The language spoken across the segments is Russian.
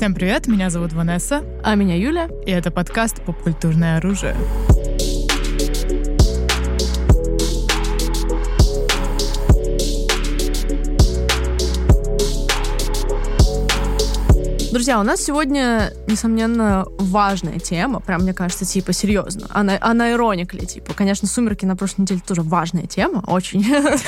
Всем привет, меня зовут Ванесса. А меня Юля. И это подкаст «Попкультурное оружие». Друзья, у нас сегодня, несомненно, важная тема, прям, мне кажется, типа, серьезно. Она ироникли, типа. Конечно, «Сумерки» на прошлой неделе тоже важная тема, очень.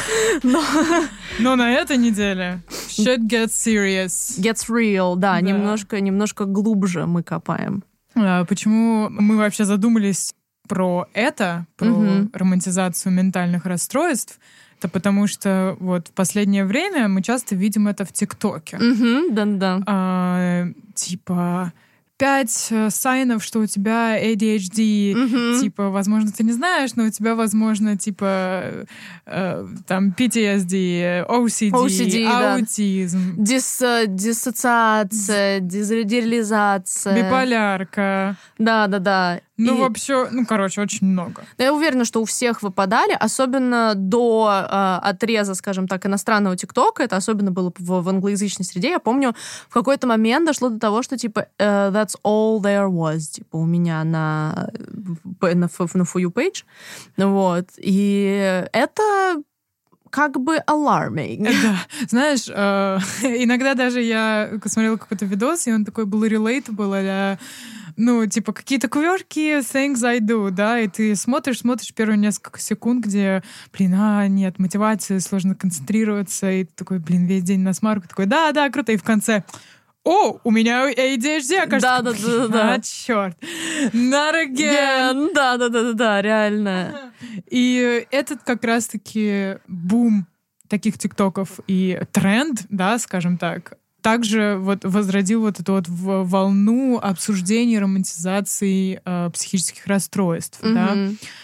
Но на этой неделе shit gets serious. Gets real, да. Немножко глубже мы копаем. Почему мы вообще задумались про романтизацию ментальных расстройств? Это потому что вот в последнее время мы часто видим это в ТикТоке. Да-да. Типа 5 сайнов, что у тебя ADHD, типа, возможно, ты не знаешь, но у тебя, возможно, типа, там, PTSD, OCD, аутизм. Диссоциация, дезреализация. Биполярка. Да. Вообще, очень много. Я уверена, что у всех выпадали, особенно до отреза, скажем так, иностранного ТикТока. Это особенно было в англоязычной среде. Я помню, в какой-то момент дошло до того, что, типа, that's all there was, типа, у меня на For You page. Вот. И это как бы alarming. Да. Знаешь, иногда даже я смотрела какой-то видос, и он такой был relatable, типа, какие-то кверки, things I do, да, и ты смотришь первые несколько секунд, где, нет, мотивации, сложно концентрироваться, и ты такой, весь день на смарку, такой, да, круто, и в конце, у меня ADHD, окажется. Да. Черт. Not again. Да, реально. И этот как раз-таки бум таких тиктоков и тренд, да, скажем так, также возродил эту волну обсуждений, романтизации психических расстройств, да.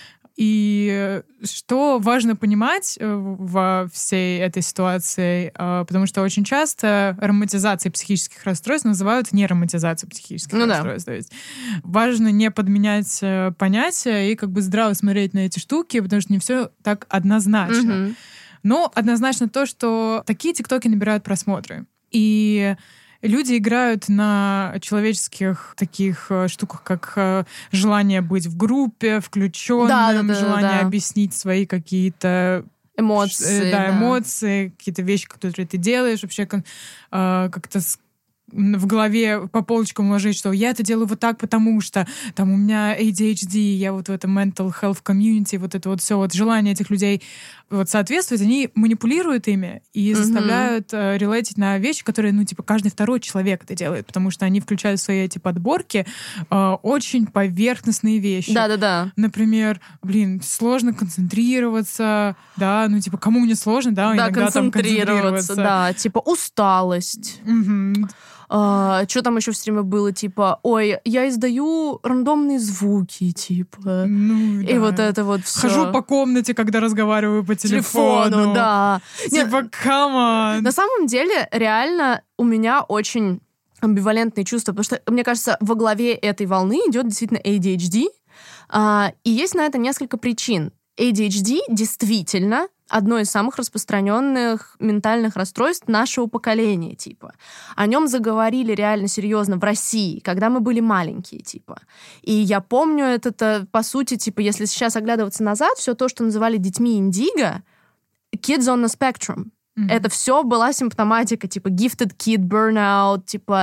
И что важно понимать во всей этой ситуации, потому что очень часто романтизацией психических расстройств называют неромантизацией психических расстройств. То есть важно не подменять понятия и как бы здраво смотреть на эти штуки, потому что не все так однозначно. Но однозначно то, что такие тиктоки набирают просмотры. И люди играют на человеческих таких штуках, как желание быть в группе, включенным, желание объяснить свои какие-то эмоции, какие-то вещи, которые ты делаешь, вообще как-то в голове по полочкам уложить, что я это делаю вот так, потому что там у меня ADHD, я в этом mental health community, это все, желание этих людей соответствовать, они манипулируют ими и заставляют релейтить на вещи, которые, каждый второй человек это делает, потому что они включают в свои эти подборки очень поверхностные вещи. Да. Например, сложно концентрироваться, да, кому мне сложно, да, иногда там концентрироваться. Да, усталость. Что там еще все время было, я издаю рандомные звуки, и это все. Хожу по комнате, когда разговариваю по телефону. Да. Come on. На самом деле, реально, у меня очень амбивалентные чувства, потому что, мне кажется, во главе этой волны идет действительно ADHD, и есть на это несколько причин. ADHD действительно одно из самых распространенных ментальных расстройств нашего поколения, О нем заговорили реально серьезно в России, когда мы были маленькие, И я помню это, по сути, если сейчас оглядываться назад, все то, что называли детьми индиго, kids on the spectrum. Это все была симптоматика, gifted kid, burnout,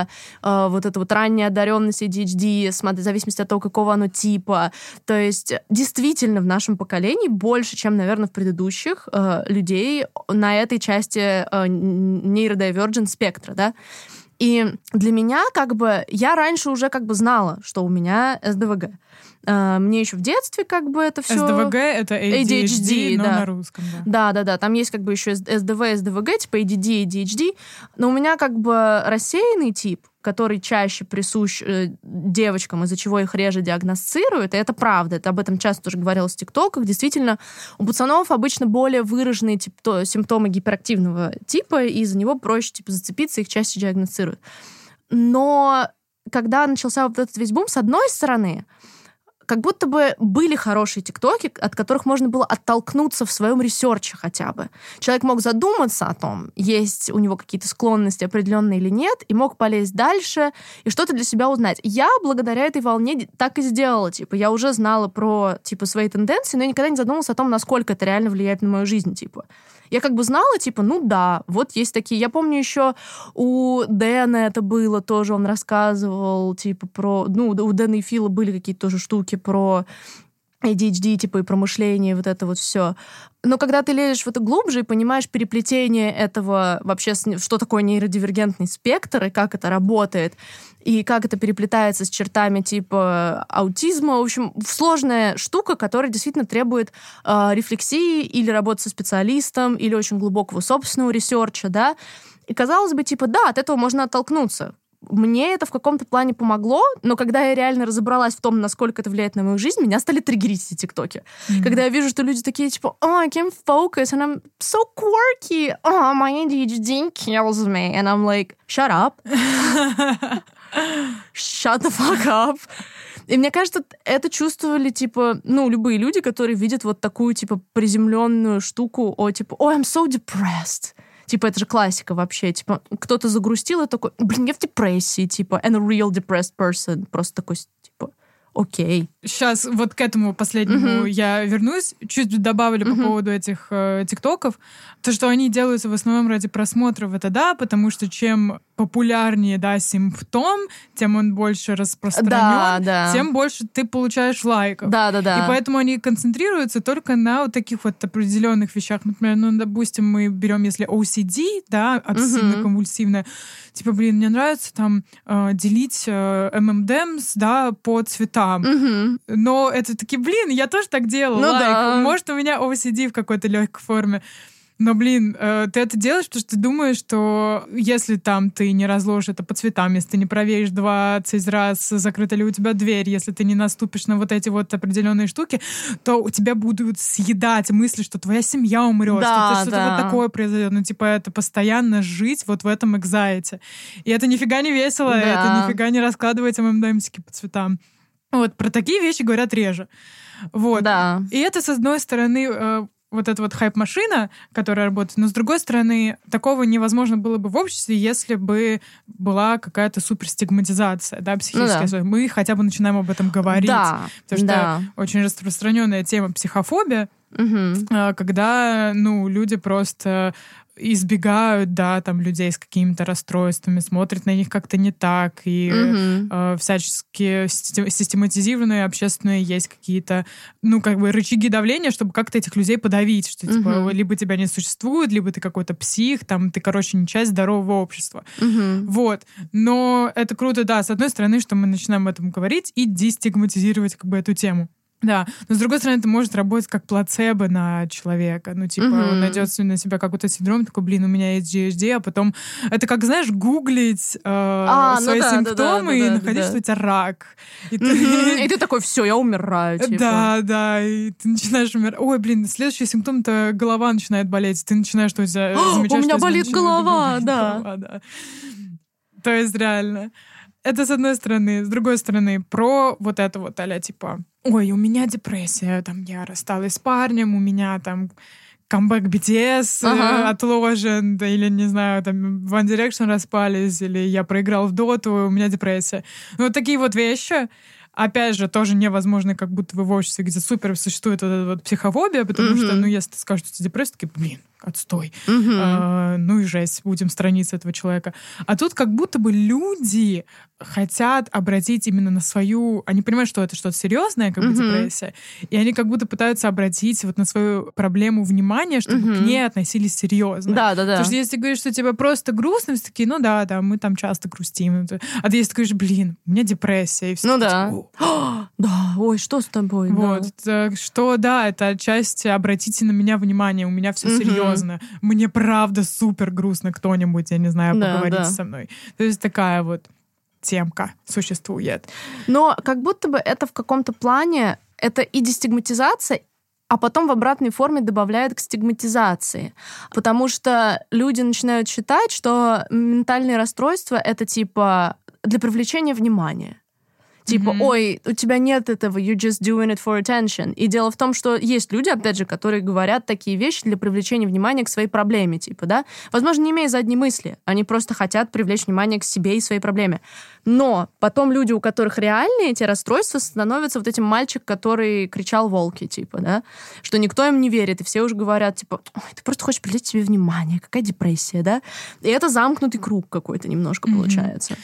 ранняя одаренность ADHD, в зависимости от того, какого оно типа. То есть действительно в нашем поколении больше, чем, наверное, в предыдущих людей на этой части neurodivergent спектра, да. И для меня, я раньше уже знала, что у меня СДВГ. Мне еще в детстве это все... СДВГ — это ADHD, но на русском, да. Да. Там есть еще СДВ, СДВГ, ADD, ADHD. Но у меня рассеянный тип, который чаще присущ девочкам, из-за чего их реже диагностируют, и это правда. Это об этом часто тоже говорилось в ТикТоках. Действительно, у пацанов обычно более выраженные симптомы гиперактивного типа, и из-за него проще зацепиться, их чаще диагностируют. Но когда начался этот весь бум, с одной стороны, как будто бы были хорошие тиктоки, от которых можно было оттолкнуться в своем ресерче хотя бы. Человек мог задуматься о том, есть у него какие-то склонности определенные или нет, и мог полезть дальше и что-то для себя узнать. Я благодаря этой волне так и сделала. Типа, я уже знала про, типа, свои тенденции, но я никогда не задумывалась о том, насколько это реально влияет на мою жизнь, типа. Я как бы знала, типа, ну да, вот есть такие. Я помню еще у Дэна это было тоже, он рассказывал, типа, про... Ну, у Дэна и Фила были какие-то тоже штуки про ADHD, типа, и про мышление, и вот это вот все. Но когда ты лезешь в это глубже и понимаешь переплетение этого вообще, что такое нейродивергентный спектр, и как это работает, и как это переплетается с чертами типа аутизма, в общем, сложная штука, которая действительно требует рефлексии или работы со специалистом, или очень глубокого собственного ресерча, да. И казалось бы, типа, да, от этого можно оттолкнуться. Мне это в каком-то плане помогло, но когда я реально разобралась в том, насколько это влияет на мою жизнь, меня стали триггерить эти тиктоки. Когда я вижу, что люди такие, типа, oh, I can't focus, and I'm so quirky, oh, my ADHD kills me, and I'm like, shut up. Shut the fuck up. И мне кажется, это чувствовали, типа, ну, любые люди, которые видят вот такую, типа, приземленную штуку, типа, oh, I'm so depressed. Типа, это же классика вообще. Типа, кто-то загрустил и такой, блин, я в депрессии, типа, and a real depressed person. Просто такой, типа, окей. Сейчас вот к этому последнему я вернусь. Чуть добавлю по поводу этих тиктоков. То, что они делаются в основном ради просмотров, это да, потому что чем популярнее, да, симптом, тем он больше распространен, тем больше ты получаешь лайков. Да. И поэтому они концентрируются только на вот таких вот определенных вещах. Например, ну, допустим, мы берем, если OCD, да, обсессивно-компульсивное, типа, блин, мне нравится там делить M&M's, да, по цветам. Но это таки, блин, я тоже так делала. Ну, да. Может, у меня OCD в какой-то легкой форме. Но, блин, ты это делаешь, потому что ты думаешь, что если там ты не разложишь это по цветам, если ты не проверишь 20 раз, закрыта ли у тебя дверь, если ты не наступишь на вот эти вот определенные штуки, то у тебя будут съедать мысли, что твоя семья умрет, что что-то вот такое произойдет. Ну, типа, это постоянно жить вот в этом экзайте. И это нифига не весело, это нифига не раскладывать ММДМсики по цветам. Вот, про такие вещи говорят реже. Вот. Да. И это, с одной стороны, вот эта вот хайп-машина, которая работает, но, с другой стороны, такого невозможно было бы в обществе, если бы была какая-то суперстигматизация, да, психическая. Ну, да. Мы хотя бы начинаем об этом говорить. Да. Потому что очень распространенная тема психофобия, когда, ну, люди просто избегают, да, там, людей с какими-то расстройствами, смотрят на них как-то не так, и всячески систематизированные общественные есть какие-то, ну, как бы рычаги давления, чтобы как-то этих людей подавить, что, типа, либо тебя не существует, либо ты какой-то псих, там, ты, короче, не часть здорового общества. Вот. Но это круто, да, с одной стороны, что мы начинаем об этом говорить и дестигматизировать, как бы, эту тему. Да, но с другой стороны, это может работать как плацебо на человека. Ну, типа, он найдет на себя какой-то синдром, такой, блин, у меня есть ADHD, а потом это как, знаешь, гуглить свои симптомы и находить, что у тебя рак. И ты такой, все, я умираю. Да, и ты начинаешь умирать. Ой, блин, следующий симптом-то голова начинает болеть. Ты начинаешь, что у тебя замечаешь, у меня болит голова, да. То есть, реально. Это с одной стороны. С другой стороны, про вот это вот а-ля типа, ой, у меня депрессия, там, я рассталась с парнем, у меня там камбэк BTS отложен, да, или, не знаю, там, One Direction распались, или я проиграл в доту, у меня депрессия. Ну, вот такие вот вещи, опять же, тоже невозможно, как будто в обществе, где супер существует вот эта вот психофобия, потому что, ну, если ты скажешь, что у тебя депрессия, такие, блин, отстой. Ну и жесть, будем сторониться этого человека. А тут как будто бы люди хотят обратить именно на свою... Они понимают, что это что-то серьезное, как бы депрессия, и они как будто пытаются обратить вот на свою проблему внимание, чтобы к ней относились серьезно. Да. Потому что если ты говоришь, что тебе просто грустно, все такие, ну да, мы там часто грустим. А ты если ты говоришь, блин, у меня депрессия, и все. Ну да. Да, ой, что с тобой? Вот, что, да, это отчасти обратите на меня внимание, у меня все серьезно. Мне правда супер грустно кто-нибудь, я не знаю, поговорить со мной. То есть такая вот темка существует. Но как будто бы это в каком-то плане, это и дестигматизация, а потом в обратной форме добавляют к стигматизации. Потому что люди начинают считать, что ментальные расстройства — это типа для привлечения внимания. Типа, ой, у тебя нет этого, you're just doing it for attention. И дело в том, что есть люди, опять же, которые говорят такие вещи для привлечения внимания к своей проблеме, типа, да? Возможно, не имея задней мысли. Они просто хотят привлечь внимание к себе и своей проблеме. Но потом люди, у которых реальные эти расстройства, становятся вот этим мальчик, который кричал волки, типа, да? Что никто им не верит, и все уже говорят, типа, ой, ты просто хочешь привлечь себе внимание, какая депрессия, да? И это замкнутый круг какой-то немножко получается.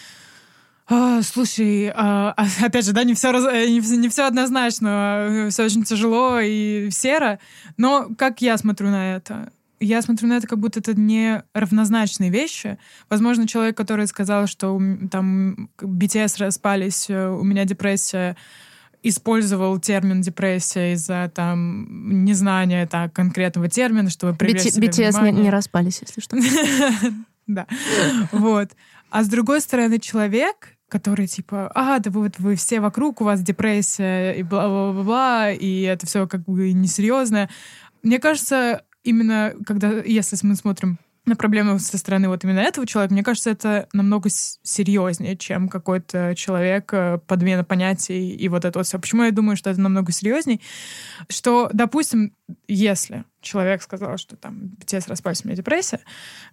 Слушай, опять же, да, не все однозначно, все очень тяжело и серо, но как я смотрю на это? Я смотрю на это, как будто это не равнозначные вещи. Возможно, человек, который сказал, что там BTS распались, у меня депрессия, использовал термин депрессия из-за там незнания конкретного термина, чтобы привлечь себе внимание. BTS не распались, если что. Да. Вот. А с другой стороны, человек, который типа, да вы все вокруг, у вас депрессия и бла-бла-бла, и это все как бы несерьезно. Мне кажется, именно если мы смотрим на проблему со стороны вот именно этого человека, мне кажется, это намного серьезнее, чем какой-то человек, подмена понятий и вот это вот все. Почему я думаю, что это намного серьезней? Что, допустим, если человек сказал, что там BTS распались, у меня депрессия,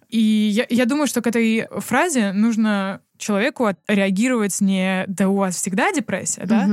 и я думаю, что к этой фразе нужно человеку реагировать не «да у вас всегда депрессия», да,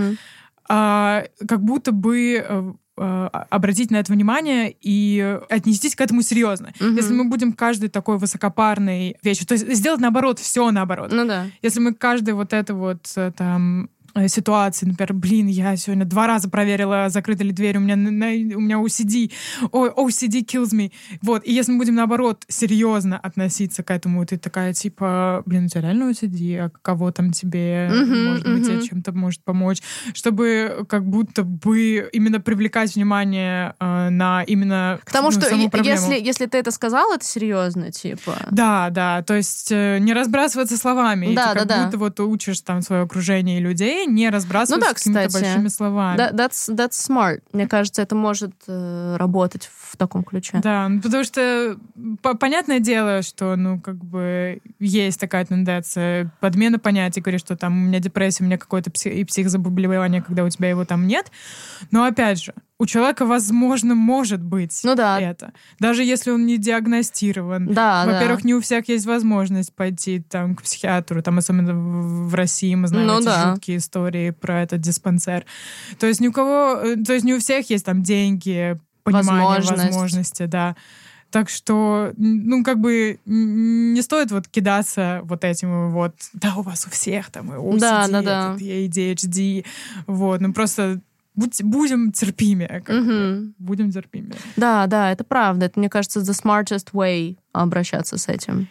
а как будто бы обратить на это внимание и отнестись к этому серьезно. Если мы будем каждый такой высокопарной вещью, то есть сделать наоборот, все наоборот. Ну да. Если мы каждый вот это вот там ситуации, например, я сегодня 2 раза проверила, закрыта ли дверь, у меня OCD, OCD kills me. Вот, и если мы будем, наоборот, серьезно относиться к этому, ты такая, типа, у тебя реально OCD, а кого там тебе, может быть, тебе чем-то может помочь, чтобы как будто бы именно привлекать внимание на именно потому что саму проблему. Если ты это сказал, это серьезно, типа. Да, то есть не разбрасываться словами. Да, и ты как будто вот учишь там свое окружение и людей, не разбрасываться какими-то большими словами. That's smart. Мне кажется, это может работать в таком ключе. Да, потому что понятное дело, что, как бы есть такая тенденция подмена понятий, говоришь, что там у меня депрессия, у меня какое-то психозаболевание, когда у тебя его там нет. Но опять же, у человека, возможно, может быть это. Даже если он не диагностирован. Во-первых, не у всех есть возможность пойти там, к психиатру. Там, особенно в России мы знаем эти жуткие истории про этот диспансер. То есть не у всех есть там деньги, понимание, возможности, да. Так что, как бы не стоит вот кидаться вот этим вот, да, у вас у всех там и OCD, и ADHD, вот, просто будем терпимее, будем терпимее. Да, это правда. Это, мне кажется, the smartest way обращаться с этим.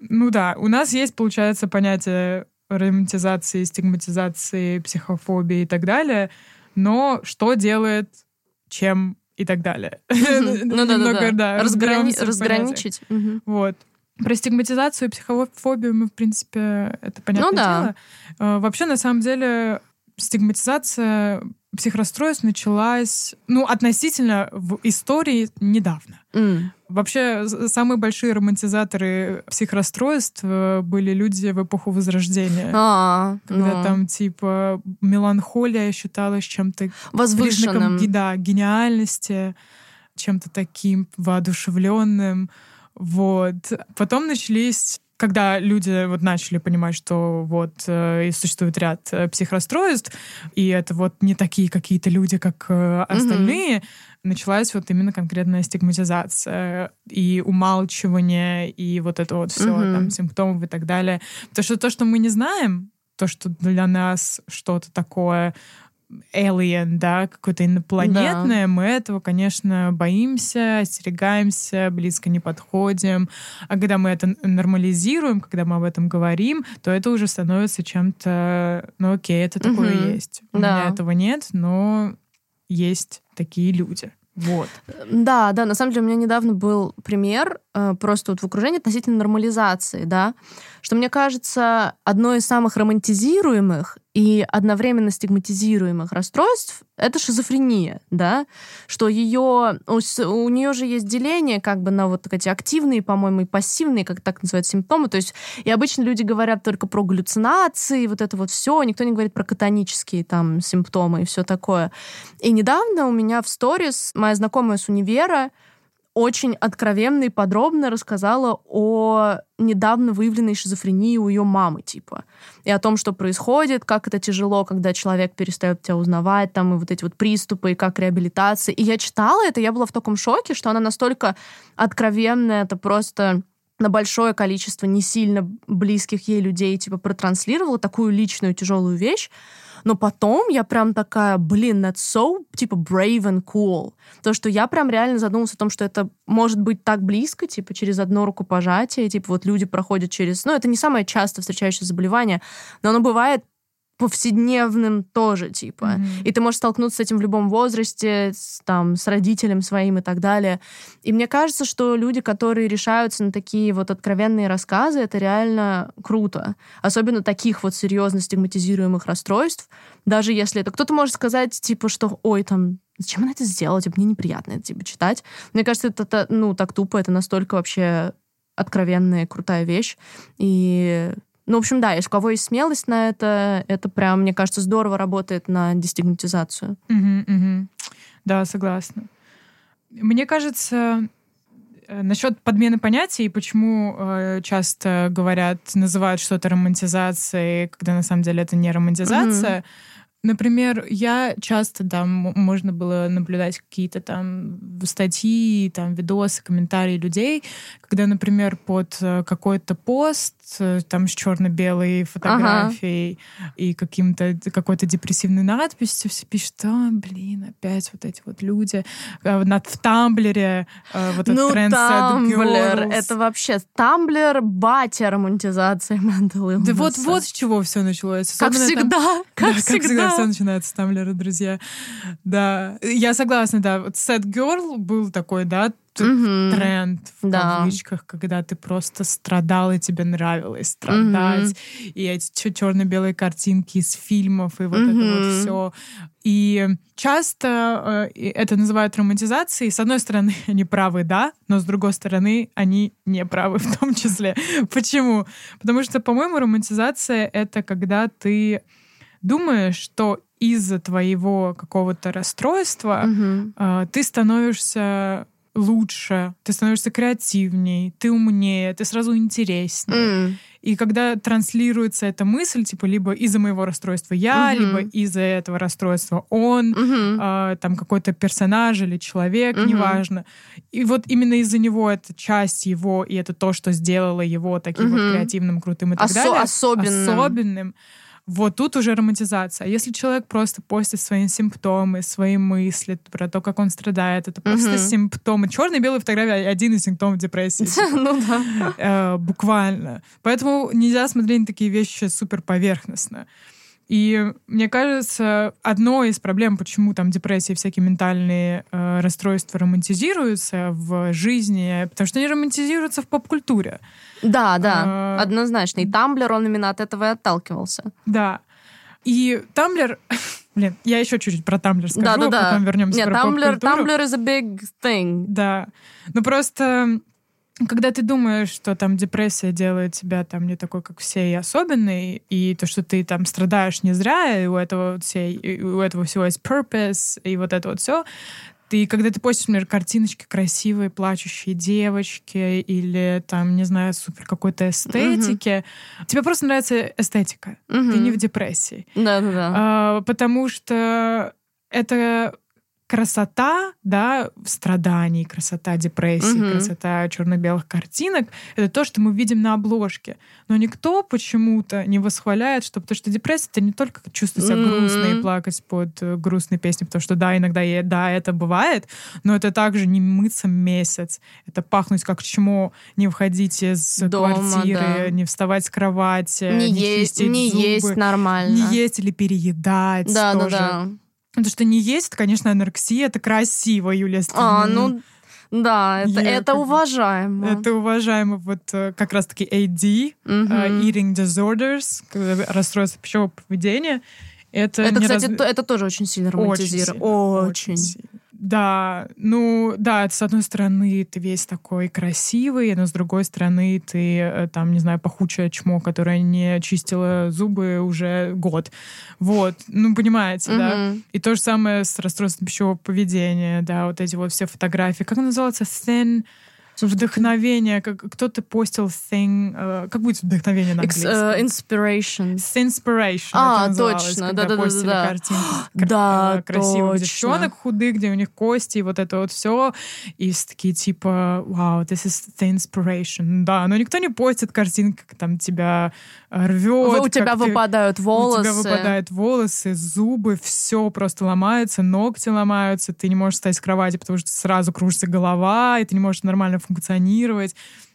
У нас есть, получается, понятие романтизации, стигматизации, психофобии и так далее, но что делает, чем и так далее. Разграничить. Вот. Про стигматизацию и психофобию мы, в принципе, это понятное дело. Вообще, на самом деле, стигматизация психрасстройств началась, относительно в истории недавно. Вообще, самые большие романтизаторы психрасстройств были люди в эпоху Возрождения. Когда там, типа, меланхолия считалась чем-то возвышенным. Признаком, гениальности, чем-то таким воодушевленным. Вот. Потом начались... Когда люди начали понимать, что и существует ряд психрасстройств, и это не такие какие-то люди, как остальные, началась именно конкретная стигматизация и умалчивание, и это все, там, симптомов и так далее. Потому что то, что мы не знаем, то, что для нас что-то такое alien, да, какое-то инопланетное, мы этого, конечно, боимся, остерегаемся, близко не подходим. А когда мы это нормализируем, когда мы об этом говорим, то это уже становится чем-то, окей, это такое есть. У меня этого нет, но есть такие люди. Вот. Да, на самом деле у меня недавно был пример просто в окружении относительно нормализации, да, что, мне кажется, одно из самых романтизируемых и одновременно стигматизируемых расстройств — это шизофрения, да, что у нее же есть деление как бы на вот эти активные, по-моему, и пассивные, как так называют, симптомы, то есть и обычно люди говорят только про галлюцинации, вот это вот все, никто не говорит про катонические там симптомы и все такое. И недавно у меня в сторис моя знакомая с универа очень откровенно и подробно рассказала о недавно выявленной шизофрении у ее мамы, типа. И о том, что происходит, как это тяжело, когда человек перестает тебя узнавать, там, и вот эти вот приступы, и как реабилитация. И я читала это, я была в таком шоке, что она настолько откровенная, это просто на большое количество не сильно близких ей людей, типа, протранслировала такую личную тяжелую вещь. Но потом я прям такая, that's so, типа, brave and cool. То, что я прям реально задумалась о том, что это может быть так близко, типа, через одно рукопожатие, типа, вот люди проходят через... это не самое часто встречающееся заболевание, но оно бывает повседневным тоже, типа. И ты можешь столкнуться с этим в любом возрасте, с родителем своим и так далее. И мне кажется, что люди, которые решаются на такие вот откровенные рассказы, это реально круто. Особенно таких вот серьезно стигматизируемых расстройств. Даже если это... Кто-то может сказать, типа, что, ой, там, зачем она это сделала? Типа, мне неприятно это, типа, читать. Мне кажется, это, так тупо, это настолько вообще откровенная, крутая вещь. И... в общем, да, если у кого есть смелость на это прям, мне кажется, здорово работает на дестигматизацию. Да, согласна. Мне кажется, насчет подмены понятий, почему часто называют что-то романтизацией, когда на самом деле это не романтизация. Например, я часто, можно было наблюдать какие-то там статьи, там видосы, комментарии людей, когда, например, под какой-то пост там с черно-белой фотографией и какой-то депрессивной надписью все пишут, опять вот эти вот люди. В Тамблере вот этот тренд Sad Girls. Это вообще Тамблер, батя романтизации mental illness. Да вот с чего все началось. Как всегда. Как всегда все начинается с Тамблера, друзья. Да, я согласна, да. Вот Sad Girl был такой, тренд в кавычках, когда ты просто страдал, и тебе нравилось страдать. И эти черно-белые картинки из фильмов, и вот это вот все. И часто это называют романтизацией. С одной стороны, они правы, да, но с другой стороны, они не правы в том числе. Почему? Потому что, по-моему, романтизация — это когда ты думаешь, что из-за твоего какого-то расстройства ты становишься лучше, ты становишься креативней, ты умнее, ты сразу интереснее. И когда транслируется эта мысль, типа, либо из-за моего расстройства я, либо из-за этого расстройства он, там какой-то персонаж или человек, неважно. И вот именно из-за него это часть его, и это то, что сделало его таким вот креативным, крутым и так далее. Особенным. Вот тут уже романтизация. Если человек просто постит свои симптомы, свои мысли про то, как он страдает, это просто симптомы. Черно и белая фотография — один из симптомов депрессии. Буквально. Поэтому нельзя смотреть на такие вещи супер поверхностно. И мне кажется, одной из проблем, почему там депрессия и всякие ментальные расстройства романтизируются в жизни, потому что они романтизируются в поп-культуре. Да, однозначно. И Тамблер, он именно от этого и отталкивался. Да. И Тамблер... я еще чуть-чуть про Тамблер скажу, а потом вернемся про поп-культуру. Тамблер is a big thing. Да. Ну просто... Когда ты думаешь, что там депрессия делает тебя там не такой, как все, и особенный, и то, что ты там страдаешь не зря, и у этого всего есть purpose, и вот это вот все, когда ты постишь, например, картиночки красивые, плачущие девочки, или там, не знаю, супер какой-то эстетики, тебе просто нравится эстетика. Ты не в депрессии. Да. Потому что это... красота, страданий, красота депрессии, красота черно-белых картинок — это то, что мы видим на обложке. Но никто почему-то не восхваляет, потому что депрессия — это не только чувствовать себя грустно и плакать под грустные песни, потому что иногда это бывает, но это также не мыться месяц, это пахнуть как чмо, не выходить из квартиры, не вставать с кровати, не чистить зубы. Не есть нормально. Не есть или переедать тоже. Потому что не есть, это, конечно, анорексия, это красиво, Юлия. Да, это уважаемо. Это уважаемо. Вот как раз-таки AD, Eating Disorders, расстройство пищевого поведения. Это, кстати, это тоже очень сильно романтизирует. Очень сильно. Да, это с одной стороны ты весь такой красивый, но с другой стороны ты там, не знаю, пахучее чмо, которое не чистило зубы уже год. Вот, понимаете, да? И то же самое с расстройством пищевого поведения, да, вот эти вот все фотографии. Как называется? Вдохновение. Кто-то постил thing... как будет вдохновение на английском? Inspiration. Inspiration. Точно. Когда постили картинки красивых девчонок худых, где у них кости, и вот это вот все. И такие типа, wow, this is the inspiration. Да, но никто не постит картинки, как там тебя рвет. У тебя выпадают волосы. У тебя выпадают волосы, зубы, все просто ломается, ногти ломаются, ты не можешь встать с кровати, потому что сразу кружится голова, и ты не можешь нормально функционировать.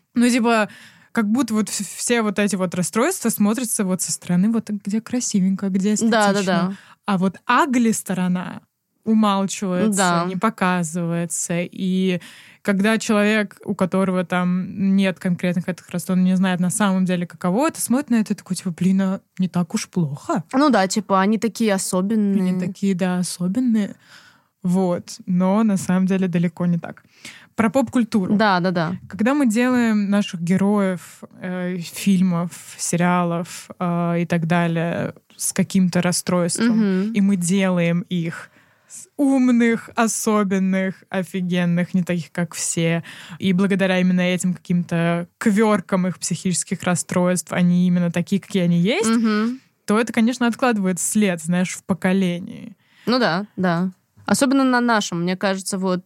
Как будто вот все вот эти вот расстройства смотрятся вот со стороны, вот где красивенько, где эстетично. Да. А вот агли сторона умалчивается, не показывается. И когда человек, у которого там нет конкретных этих расстройств, он не знает на самом деле, каково это, смотрит на это и такой, не так уж плохо. Они такие особенные. Они такие, особенные. Вот. Но на самом деле далеко не так. Про поп-культуру. Да. Когда мы делаем наших героев фильмов, сериалов и так далее с каким-то расстройством, и мы делаем их умных, особенных, офигенных, не таких, как все. И благодаря именно этим каким-то квёркам их психических расстройств, они именно такие, какие они есть, то это, конечно, откладывает след, знаешь, в поколении. Да. Особенно на нашем. Мне кажется, вот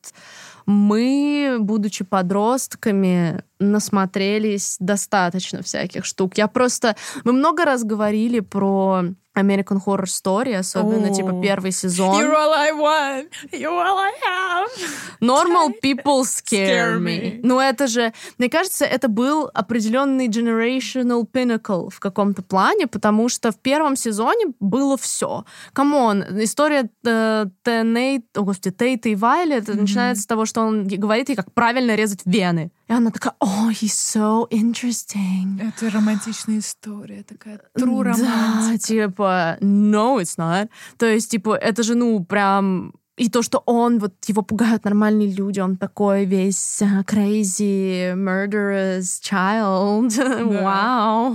мы, будучи подростками, насмотрелись достаточно всяких штук. Мы много раз говорили про American Horror Story, особенно, первый сезон. You're all I want. You're all I have. Normal people scare me. Это же, мне кажется, это был определенный generational pinnacle в каком-то плане, потому что в первом сезоне было все. Камон, история Тейта и Вайлет начинается с того, что он говорит ей, как правильно резать вены. И она такая, he's so interesting. Это романтичная история, такая true романтика. Да, no, it's not. То есть, это же, прям... И то, что его пугают нормальные люди, он такой весь crazy, murderous child. Вау.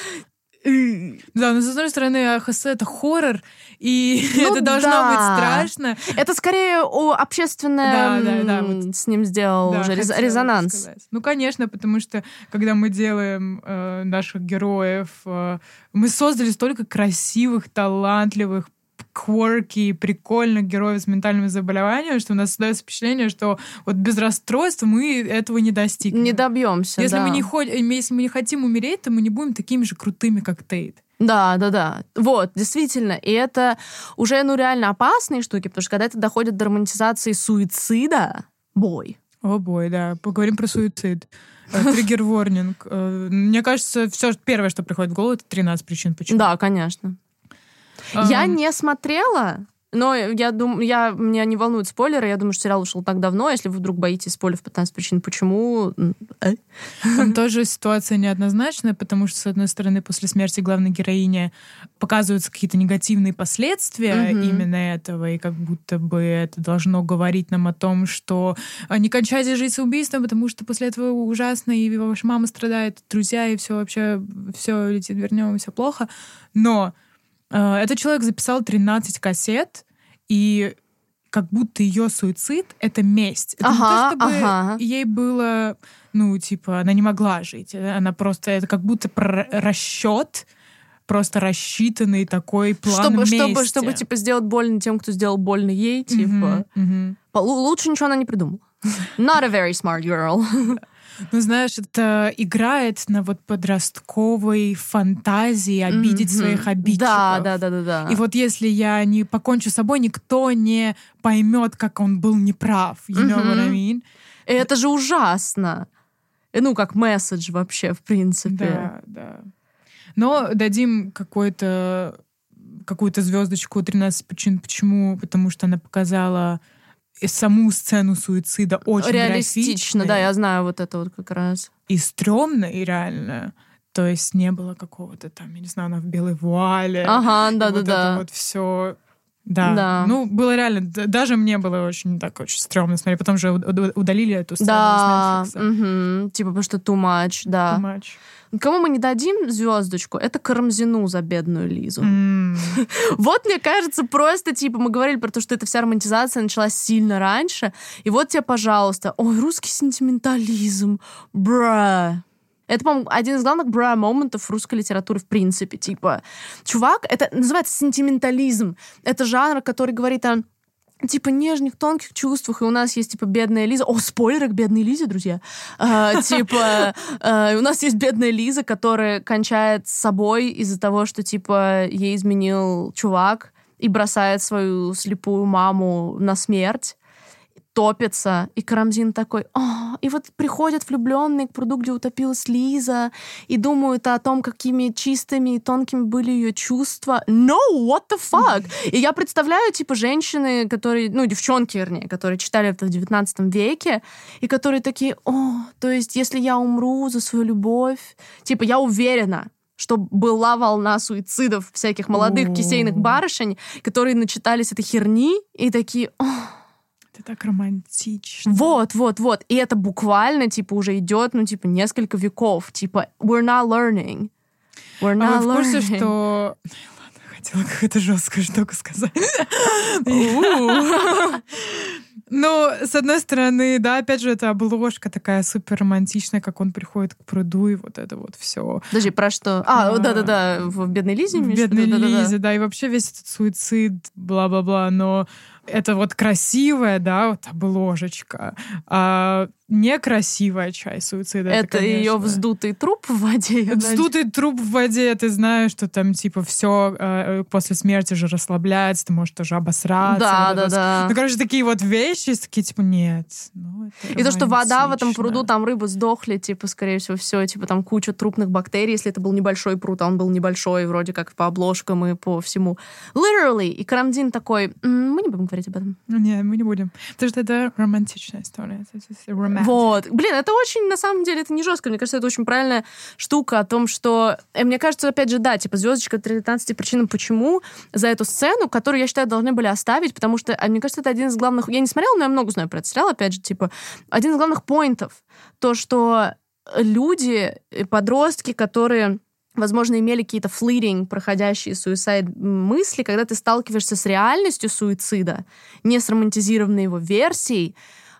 Да, но с одной стороны, АХС — это хоррор, и это должно быть страшно. Это скорее общественное с ним сделал уже резонанс. Конечно, потому что, когда мы делаем наших героев, мы создали столько красивых, талантливых, кворки, прикольных героев с ментальными заболеваниями, что у нас создается впечатление, что вот без расстройства мы этого не достигнем. Не добьемся, если мы не хотим умереть, то мы не будем такими же крутыми, как Тейт. Да. Вот, действительно. И это уже, реально опасные штуки, потому что когда это доходит до романтизации суицида, бой. О, бой, да. Поговорим про суицид. Триггер-ворнинг. Мне кажется, все первое, что приходит в голову, это 13 причин, почему. Да, конечно. Я не смотрела, но меня не волнуют спойлеры. Я думаю, что сериал ушел так давно. Если вы вдруг боитесь спойлеров 15 причин, почему... Там тоже ситуация неоднозначная, потому что, с одной стороны, после смерти главной героини показываются какие-то негативные последствия именно этого, и как будто бы это должно говорить нам о том, что не кончайте жить самоубийством, потому что после этого ужасно, и ваша мама страдает, друзья, и все вообще, все летит двернем, и все плохо. Но этот человек записал 13 кассет, и как будто ее суицид — это месть. Это не то, чтобы ей было, она не могла жить. Она просто, это как будто расчет, просто рассчитанный такой план мести. Чтобы сделать больно тем, кто сделал больно ей, лучше ничего она не придумала. Not a very smart girl. Знаешь, это играет на вот подростковой фантазии обидеть своих обидчиков. Да. И вот если я не покончу с собой, никто не поймет, как он был неправ. You know what I mean? И это же ужасно. Как месседж вообще, в принципе. Да. Но дадим какую-то звездочку 13 причин. Почему? Потому что она показала саму сцену суицида очень реалистично, графичной. да, я знаю вот это вот как раз. И стрёмно, и реально. То есть не было какого-то там, я не знаю, она в белой вуале. Ага, и вот да-да-да. это вот все. Да. Да. Ну, было реально... Даже мне было очень стрёмно смотреть. Потом же удалили эту сцену Да, с Netflix. типа, потому что too much, да. Too much. Кому мы не дадим звездочку, это Карамзину за бедную Лизу. Вот, мне кажется, просто, типа, мы говорили про то, что эта вся романтизация началась сильно раньше, и вот тебе, пожалуйста, ой, русский сентиментализм, бра. Это, по-моему, один из главных бра-моментов русской литературы в принципе. Типа, чувак, это называется сентиментализм. Это жанр, который говорит о типа нежных, тонких чувствах, и у нас есть, типа, бедная Лиза. О, спойлеры к бедной Лизе, друзья. У нас есть бедная Лиза, которая кончает с собой из-за того, что, типа, ей изменил чувак и бросает свою слепую маму на смерть, топится, и Карамзин такой, и вот приходят влюбленные к пруду, где утопилась Лиза, и думают о том, какими чистыми и тонкими были ее чувства. No, what the fuck? И я представляю, типа, женщины, которые, девчонки, вернее, которые читали это в 19 веке, и которые такие, то есть, если я умру за свою любовь, типа, я уверена, что была волна суицидов всяких молодых кисейных барышень, которые начитались этой херни, и такие, это так романтично. Вот. И это буквально, типа, уже идет, несколько веков. Типа, we're not learning. We're not в курсе, learning. что... Ладно, хотела какую-то жесткую штуку сказать. Ну, с одной стороны, да, опять же, это обложка такая супер романтичная, как он приходит к пруду, и вот это вот все. Подожди, про что? Да-да-да, в «Бедной Лизе»? В «Бедной Лизе», да, и вообще весь этот суицид, бла-бла-бла, но это вот красивая, да, вот обложечка, а некрасивая часть суицида. Это ее вздутый труп в воде. Вздутый труп в воде, ты знаешь, что там, типа, все после смерти же расслабляется, ты можешь тоже обосраться. Да. Ну, короче, такие вот вещи, такие, типа, нет. И то, что вода в этом пруду, там рыбы сдохли, типа, скорее всего, все, типа, там куча трупных бактерий, если это был небольшой пруд, а он был небольшой, вроде как по обложкам и по всему. Literally. И Карамзин такой, мы не будем говорить об этом. Нет, мы не будем. Потому что это романтичная история. Вот. Блин, это очень, на самом деле, это не жестко. Мне кажется, это очень правильная штука о том, что... Мне кажется, опять же, да, типа, звездочка 13 причин, почему за эту сцену, которую, я считаю, должны были оставить, потому что, мне кажется, это один из главных... Я не смотрела, но я много знаю про этот сериал, опять же, типа, один из главных поинтов. То, что люди, подростки, которые... возможно, имели какие-то fleeting, проходящие суицид мысли, когда ты сталкиваешься с реальностью суицида, не с романтизированной его версией,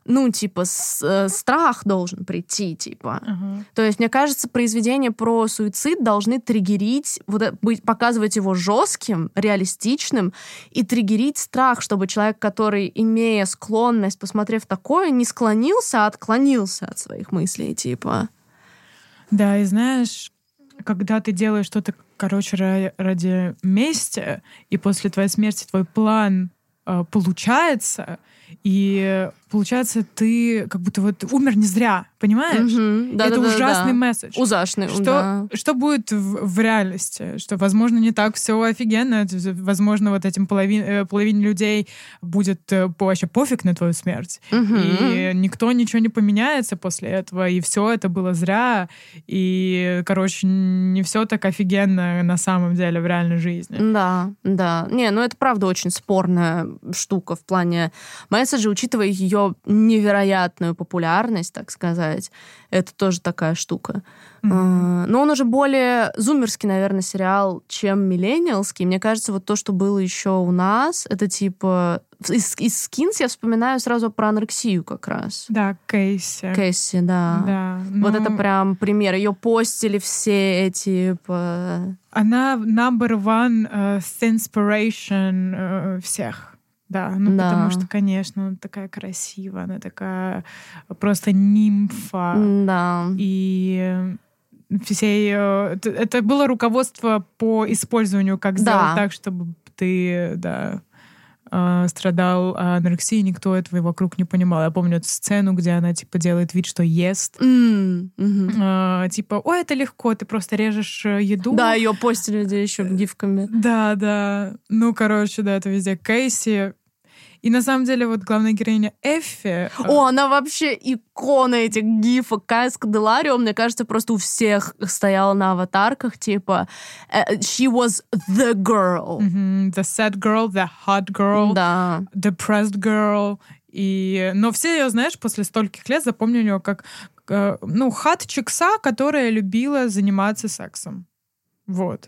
страх должен прийти, типа. То есть, мне кажется, произведения про суицид должны триггерить, показывать его жестким, реалистичным и триггерить страх, чтобы человек, который, имея склонность, посмотрев такое, не склонился, а отклонился от своих мыслей, типа. Да, и знаешь, когда ты делаешь что-то, ради мести, и после твоей смерти твой план получается, и получается, ты как будто вот умер не зря, понимаешь? Это ужасный месседж. Ужасный, Что будет в реальности? Что, возможно, не так все офигенно. Возможно, вот этим половине людей будет вообще пофиг на твою смерть. И никто ничего не поменяется после этого. И все это было зря. И, не все так офигенно на самом деле в реальной жизни. Да. Не, это правда очень спорная штука в плане месседжа, учитывая ее невероятную популярность, так сказать. Это тоже такая штука. Но он уже более зумерский, наверное, сериал, чем миллениалский. Мне кажется, вот то, что было еще у нас, это типа... Из Skins я вспоминаю сразу про анорексию как раз. Да, Кейси. Кейси, да. Вот это прям пример. Ее постили все эти... Она number one inspiration всех. Да, потому что, конечно, она такая красивая, она такая просто нимфа. Да. И это было руководство по использованию, как сделать так, чтобы ты, страдал анорексией, никто этого вокруг не понимал. Я помню эту сцену, где она, типа, делает вид, что ест. Типа, ой, это легко, ты просто режешь еду. Да, ее постили еще гифками. Да. Это везде Кейси. И на самом деле вот главная героиня Эффи... Она вообще икона этих гифок. Кая Скоделарио, мне кажется, просто у всех стояла на аватарках, типа she was the girl. The sad girl, the hot girl, да. depressed girl. Но все ее, знаешь, после стольких лет запомнили ее как хат-чикса, которая любила заниматься сексом. Вот.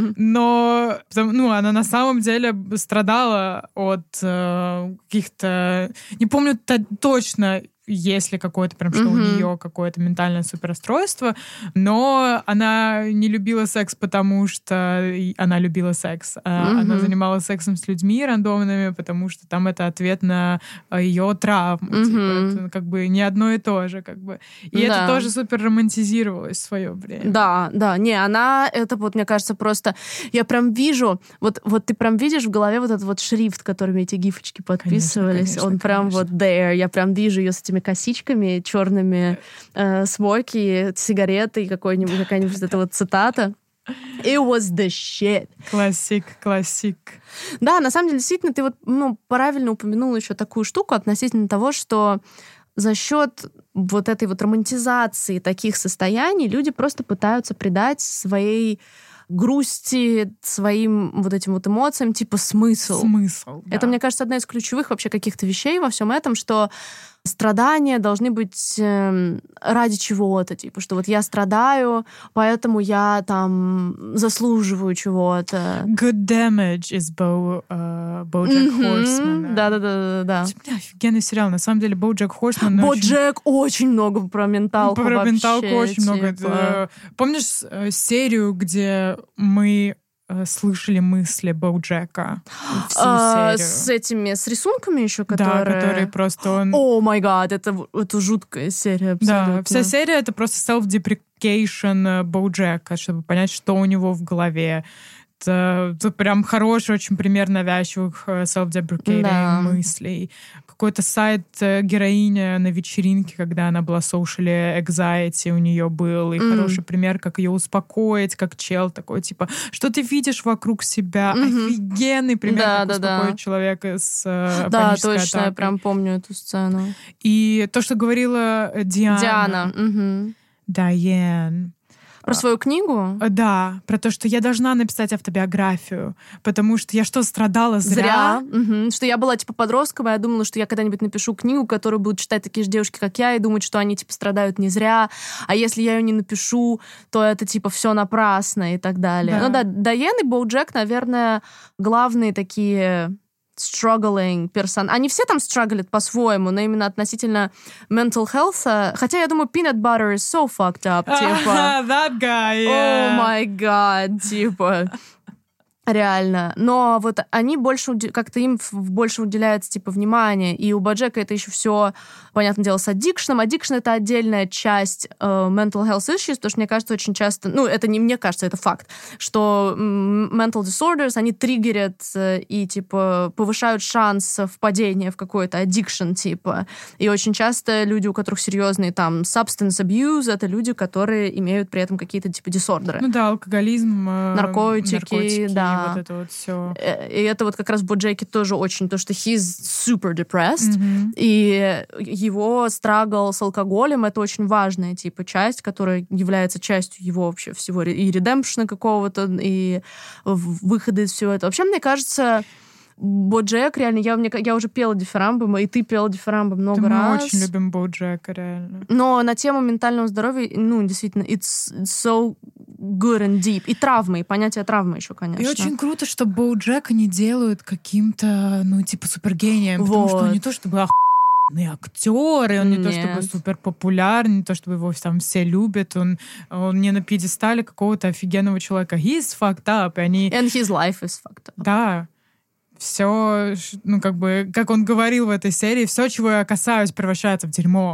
Но она на самом деле страдала от каких-то... Не помню точно, есть ли какое-то прям, что у нее какое-то ментальное суперрасстройство, но она не любила секс, потому что она любила секс. Она занималась сексом с людьми рандомными, потому что там это ответ на ее травму. Типа, это как бы не одно и то же. Как бы. И это тоже супер романтизировалось в свое время. Да. Не, она, это вот, мне кажется, просто... Я прям вижу, вот ты прям видишь в голове вот этот вот шрифт, которыми эти гифочки подписывались. Конечно, он прям вот there. Я прям вижу ее с этими косичками черными, смоки, сигареты и какая-нибудь эта вот цитата. It was the shit. Классик. Да, на самом деле, действительно, ты вот правильно упомянула еще такую штуку относительно того, что за счет вот этой вот романтизации таких состояний люди просто пытаются придать своей грусти, своим вот этим вот эмоциям типа смысл. Да. Это, мне кажется, одна из ключевых вообще каких-то вещей во всем этом, что страдания должны быть ради чего-то, типа, что вот я страдаю, поэтому я там заслуживаю чего-то. Good Damage из BoJack Horseman. Да. Офигенный сериал. На самом деле, BoJack Horseman... BoJack очень много про менталку вообще. Про менталку очень много. Типа... Помнишь серию, где мы слышали мысли Боуджека всю серию? С рисунками еще, которые... Да, которые просто он... О май гад, это жуткая серия абсолютно. Да, вся серия — это просто self-deprecation Боуджека, чтобы понять, что у него в голове. Это прям хороший очень пример навязчивых self-deprecating мыслей. Какой-то сайт героиня на вечеринке, когда она была socially anxiety, у нее был. И хороший пример, как ее успокоить, как чел такой, типа, что ты видишь вокруг себя? Офигенный пример, как успокоить человека с панической Да, точно, атакой. я прям помню эту сцену. И то, что говорила Диана. Дайан. Про свою книгу? Да, про то, что я должна написать автобиографию, потому что я страдала зря? Что я была, типа, подростком, и я думала, что я когда-нибудь напишу книгу, которую будут читать такие же девушки, как я, и думать, что они, типа, страдают не зря, а если я ее не напишу, то это, типа, все напрасно и так далее. Да. Ну да, Дайан и Боуджек, наверное, главные такие... struggling персон. Они все там strugglят по-своему, но именно относительно mental health. Хотя я думаю, peanut butter is so fucked up. Типа, that guy, yeah. Oh my god, типа... Реально. Но вот они больше, как-то им больше уделяется, типа, внимание. И у Боджека это еще все, понятное дело, с аддикшном. Аддикшн — это отдельная часть mental health issues, потому что, мне кажется, очень часто... это не мне кажется, это факт, что mental disorders, они триггерят и, типа, повышают шанс впадения в какой-то аддикшн, типа. И очень часто люди, у которых серьезный, там, substance abuse, это люди, которые имеют при этом какие-то, типа, дисордеры. Ну да, алкоголизм, наркотики, да. Вот это вот все. И это вот как раз в Боджеке тоже очень то, что he's super depressed, и его страгл с алкоголем — это очень важная, типа, часть, которая является частью его вообще всего, и редемпшена какого-то, и выхода из всего этого. Вообще, мне кажется... Боджек, реально, я уже пела дифирамбы, и ты пела дифирамбы много раз. Мы очень любим Боджека, реально. Но на тему ментального здоровья, действительно, it's so good and deep. И травмы, и понятие травмы еще, конечно. И очень круто, что Боуджека не делают каким-то, типа, супергением, потому что он не то чтобы охуенный актер, и он не то чтобы супер популярный, не то чтобы его там все любят, он не на пьедестале какого-то офигенного человека. He's fucked up, и они... And his life is fucked up. Да. Все, как он говорил в этой серии, все, чего я касаюсь, превращается в дерьмо.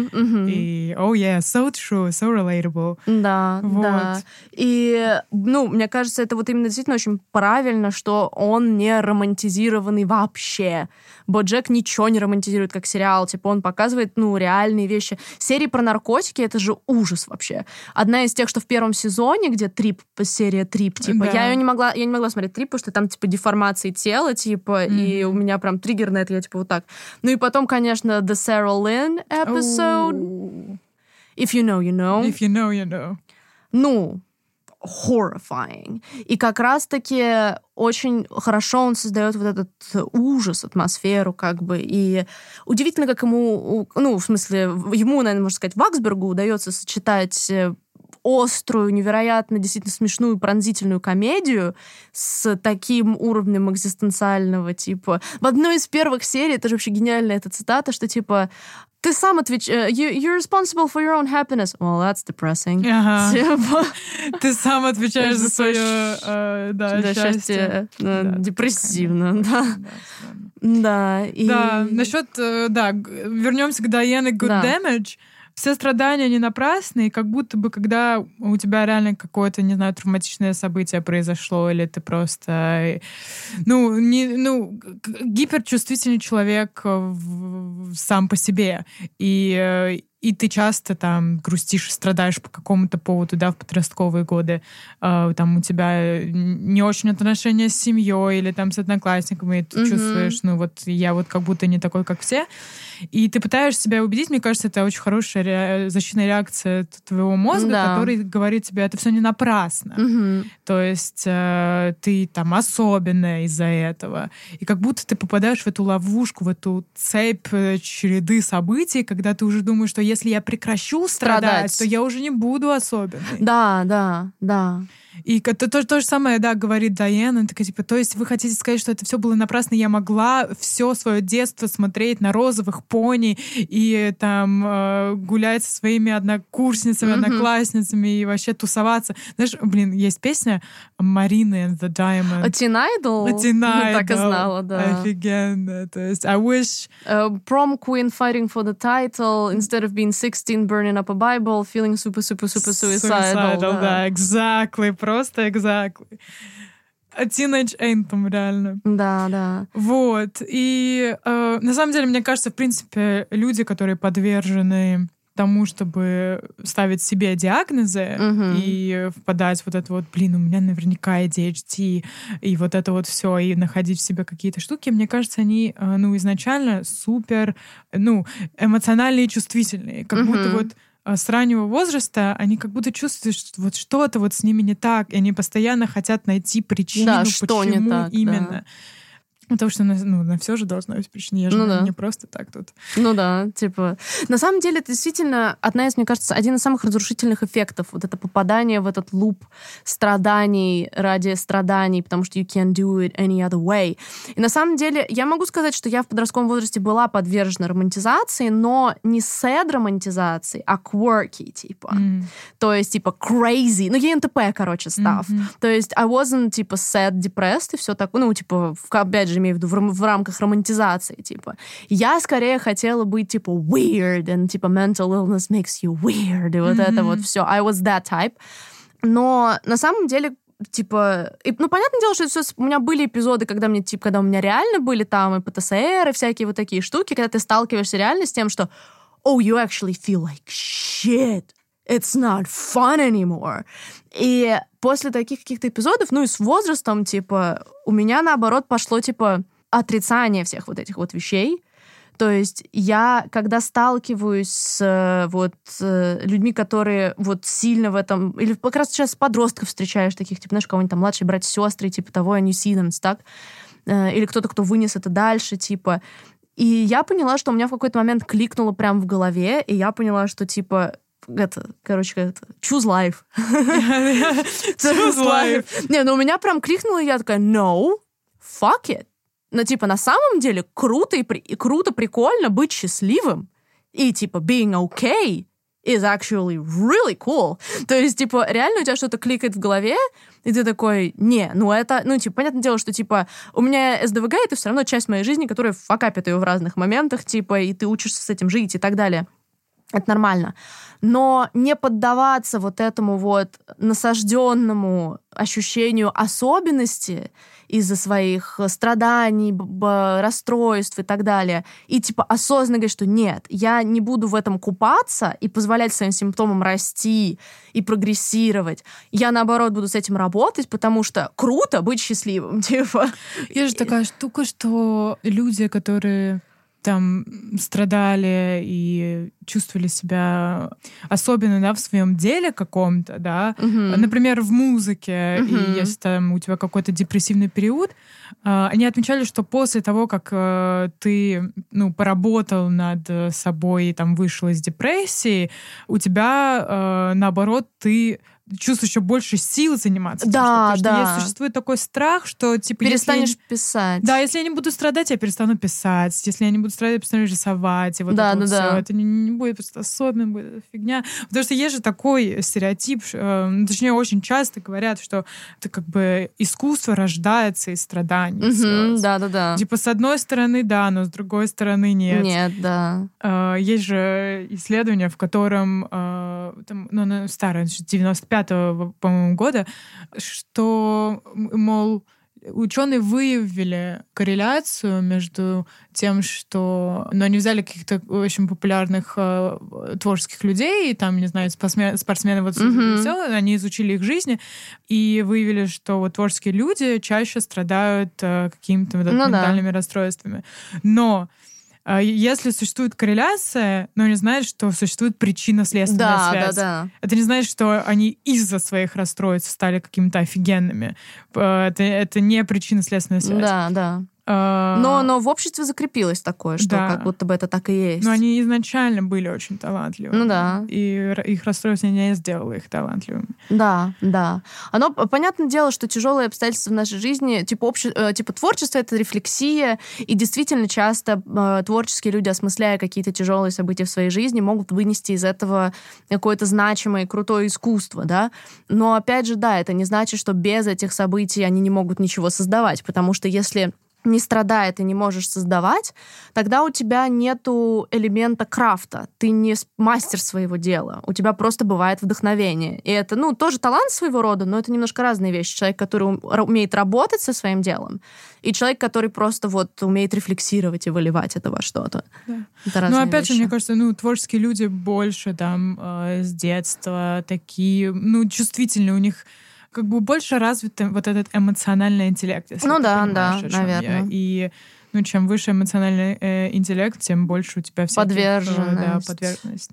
И, oh yeah, so true, so relatable. Да, вот. Да. И, мне кажется, это вот именно действительно очень правильно, что он не романтизированный вообще. Боджек ничего не романтизирует как сериал. Типа, он показывает, реальные вещи. Серии про наркотики — это же ужас вообще. Одна из тех, что в первом сезоне, где серия Трип, типа, да. я не могла смотреть Трип, потому что там, типа, деформации тела, слышала, типа, и у меня прям триггер на это, я типа вот так. Ну и потом, конечно, The Sarah Lynn episode. If you know, you know. If you know, you know. Ну, horrifying. И как раз-таки очень хорошо он создает вот этот ужас, атмосферу, как бы. И удивительно, как ему, ну, в смысле, ему, наверное, можно сказать, Ваксбергу удается сочетать острую, невероятно, действительно смешную, пронзительную комедию с таким уровнем экзистенциального, типа... В одной из первых серий, это же вообще гениальная эта цитата, что, типа, ты сам отвечаешь... You're responsible for your own happiness. Well, that's depressing. Ага. Типа... Ты сам отвечаешь за свое счастье. Депрессивно, да. Да. Да, насчет... Да, вернемся к Diane и Good Damage. Все страдания не напрасны, и как будто бы, когда у тебя реально какое-то, не знаю, травматичное событие произошло, или ты просто, гиперчувствительный человек сам по себе, и ты часто там грустишь, страдаешь по какому-то поводу, да, в подростковые годы, там у тебя не очень отношения с семьей или там с одноклассниками, и ты чувствуешь, я вот как будто не такой, как все, и ты пытаешься себя убедить, мне кажется, это очень хорошая защитная реакция твоего мозга, который говорит тебе, это все не напрасно. То есть ты там особенная из-за этого. И как будто ты попадаешь в эту ловушку, в эту цепь череды событий, когда ты уже думаешь, что если я прекращу страдать, то я уже не буду особенной. Да. И то же самое, да, говорит Дайан, она такая, типа, то есть вы хотите сказать, что это все было напрасно, я могла все свое детство смотреть на розовых пони и там гулять со своими однокурсницами, одноклассницами и вообще тусоваться. Знаешь, есть песня Marina and the Diamond. Teen Idol? Так и знала, да. Офигенно. То есть I wish... Prom queen fighting for the title, instead of being 16, burning up a Bible, feeling super suicidal. Да, exactly. Просто exactly. Teenage Anthem, реально. Да. Вот. И на самом деле, мне кажется, в принципе, люди, которые подвержены тому, чтобы ставить себе диагнозы и впадать в вот это вот, у меня наверняка ADHD, и вот это вот все, и находить в себе какие-то штуки, мне кажется, они, изначально супер, эмоциональные и чувствительные. Как будто вот с раннего возраста они как будто чувствуют, что вот что-то вот с ними не так, и они постоянно хотят найти причину, почему не так, именно. Да. Потому что на все же должна быть причина. Я же не просто так тут. Ну да, типа... На самом деле, это действительно мне кажется, один из самых разрушительных эффектов. Вот это попадание в этот луп страданий ради страданий, потому что you can't do it any other way. И на самом деле, я могу сказать, что я в подростковом возрасте была подвержена романтизации, но не sad-романтизации, а quirky, типа. То есть, типа, crazy. ЕНТП, короче, став. То есть, I wasn't, типа, sad, depressed и все такое. Опять же, имею в виду, в рамках романтизации, типа. Я скорее хотела быть, типа, weird, and, типа, mental illness makes you weird, и вот это вот все. I was that type. Но на самом деле, типа... понятное дело, что у меня были эпизоды, когда у меня реально были там и ПТСР, и всякие вот такие штуки, когда ты сталкиваешься реально с тем, что you actually feel like shit. It's not fun anymore. И после таких каких-то эпизодов, и с возрастом, типа, у меня, наоборот, пошло, типа, отрицание всех вот этих вот вещей. То есть я, когда сталкиваюсь с людьми, которые вот сильно в этом... Или как раз сейчас подростков встречаешь таких, типа, знаешь, кого-нибудь там младшие братья, сестры, типа того, and you see them stuck. Или кто-то, кто вынес это дальше, типа... И я поняла, что у меня в какой-то момент кликнуло прям в голове, и я поняла, что, типа... choose life. Choose life. У меня прям кликнуло, и я такая, no, fuck it. Типа, на самом деле круто и прикольно быть счастливым. И, типа, being okay is actually really cool. То есть, типа, реально у тебя что-то кликает в голове, и ты такой, понятное дело, что, типа, у меня СДВГ — это все равно часть моей жизни, которая факапит ее в разных моментах, типа, и ты учишься с этим жить и так далее. Это нормально. Но не поддаваться вот этому вот насажденному ощущению особенности из-за своих страданий, расстройств и так далее. И типа осознанно говорить, что нет, я не буду в этом купаться и позволять своим симптомам расти и прогрессировать. Я, наоборот, буду с этим работать, потому что круто быть счастливым. Типа. Есть же такая штука, что люди, которые там страдали и чувствовали себя особенно, да, в своем деле каком-то, да, например, в музыке, и если там у тебя какой-то депрессивный период, они отмечали, что после того, как ты, поработал над собой и там вышел из депрессии, у тебя, наоборот, ты чувствуешь еще больше сил заниматься. Да, потому что существует такой страх, что типа перестанешь писать. Да, если я не буду страдать, я перестану писать. Если я не буду страдать, я перестану рисовать. И вот это вот все. Это не будет просто особенно, будет фигня. Потому что есть же такой стереотип, точнее, очень часто говорят, что это как бы искусство рождается из страданий. Да. Типа, с одной стороны, да, но с другой стороны, нет. Нет, да. Есть же исследование, в котором, оно старое, 95-го, по-моему, года, что, мол, ученые выявили корреляцию между тем, что... они взяли каких-то очень популярных творческих людей, и там, не знаю, спортсмены, вот все, они изучили их жизни и выявили, что вот творческие люди чаще страдают какими-то ментальными расстройствами. Но если существует корреляция, но не значит, что существует причинно-следственная связь. Да. Это не значит, что они из-за своих расстройств стали какими-то офигенными. Это не причинно-следственная связь. Да. Но в обществе закрепилось такое, что как будто бы это так и есть. Но они изначально были очень талантливыми. Да. И их расстройство не сделало их талантливыми. Да. Понятное дело, что тяжелые обстоятельства в нашей жизни, типа творчество — это рефлексия, и действительно часто творческие люди, осмысляя какие-то тяжелые события в своей жизни, могут вынести из этого какое-то значимое и крутое искусство, да. Но опять же, да, это не значит, что без этих событий они не могут ничего создавать, потому что если не страдая, ты не можешь создавать, тогда у тебя нету элемента крафта. Ты не мастер своего дела. У тебя просто бывает вдохновение. И это, тоже талант своего рода, но это немножко разные вещи. Человек, который умеет работать со своим делом, и человек, который просто умеет рефлексировать и выливать это во что-то. Да. Это разные опять вещи. же, мне кажется, творческие люди больше там с детства такие, чувствительные, у них как бы больше развит вот этот эмоциональный интеллект. Если ты понимаешь, о чем наверное. я. И чем выше эмоциональный интеллект, тем больше у тебя всяких... подверженность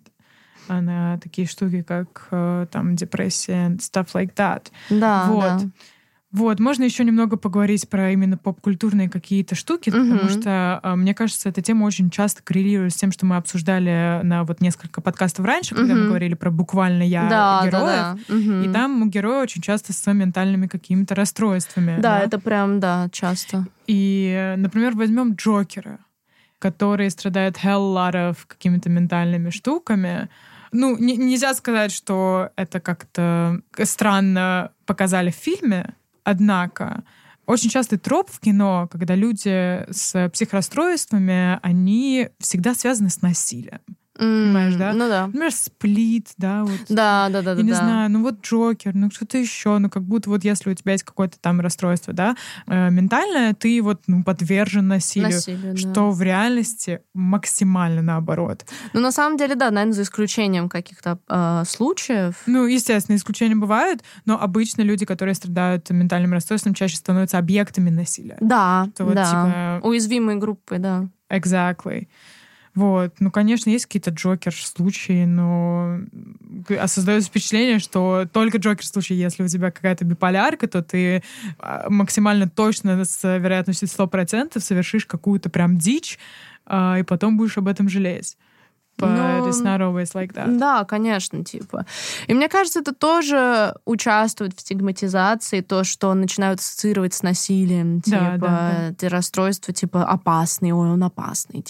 на такие штуки, как там депрессия, stuff like that. Да. Вот, можно еще немного поговорить про именно поп-культурные какие-то штуки, потому что, мне кажется, эта тема очень часто коррелирует с тем, что мы обсуждали на несколько подкастов раньше, когда мы говорили про буквально героев. И там герои очень часто с ментальными какими-то расстройствами. Да, это прям, часто. И, например, возьмем Джокера, который страдает hell lot of какими-то ментальными штуками. Нельзя сказать, что это как-то странно показали в фильме, однако очень частый троп в кино, когда люди с психрасстройствами, они всегда связаны с насилием. Понимаешь, да? Да. Например, Сплит, да, вот. Да. Я не знаю, Джокер, кто-то еще, как будто если у тебя есть какое-то там расстройство, да, ментальное, ты подвержен насилию, что в реальности максимально наоборот. На самом деле, да, наверное, за исключением каких-то случаев. Естественно, исключения бывают, но обычно люди, которые страдают ментальным расстройством, чаще становятся объектами насилия. Да. Уязвимые группы, да. Exactly. Вот. Конечно, есть какие-то Джокер-случаи, но создается впечатление, что только Джокер-случай, если у тебя какая-то биполярка, то ты максимально точно с вероятностью 100% совершишь какую-то прям дичь, и потом будешь об этом жалеть. But it's not always like that. Да, конечно, И мне кажется, это тоже участвует в стигматизации, то, что начинают ассоциировать с насилием. Эти расстройства, опасный, он опасный,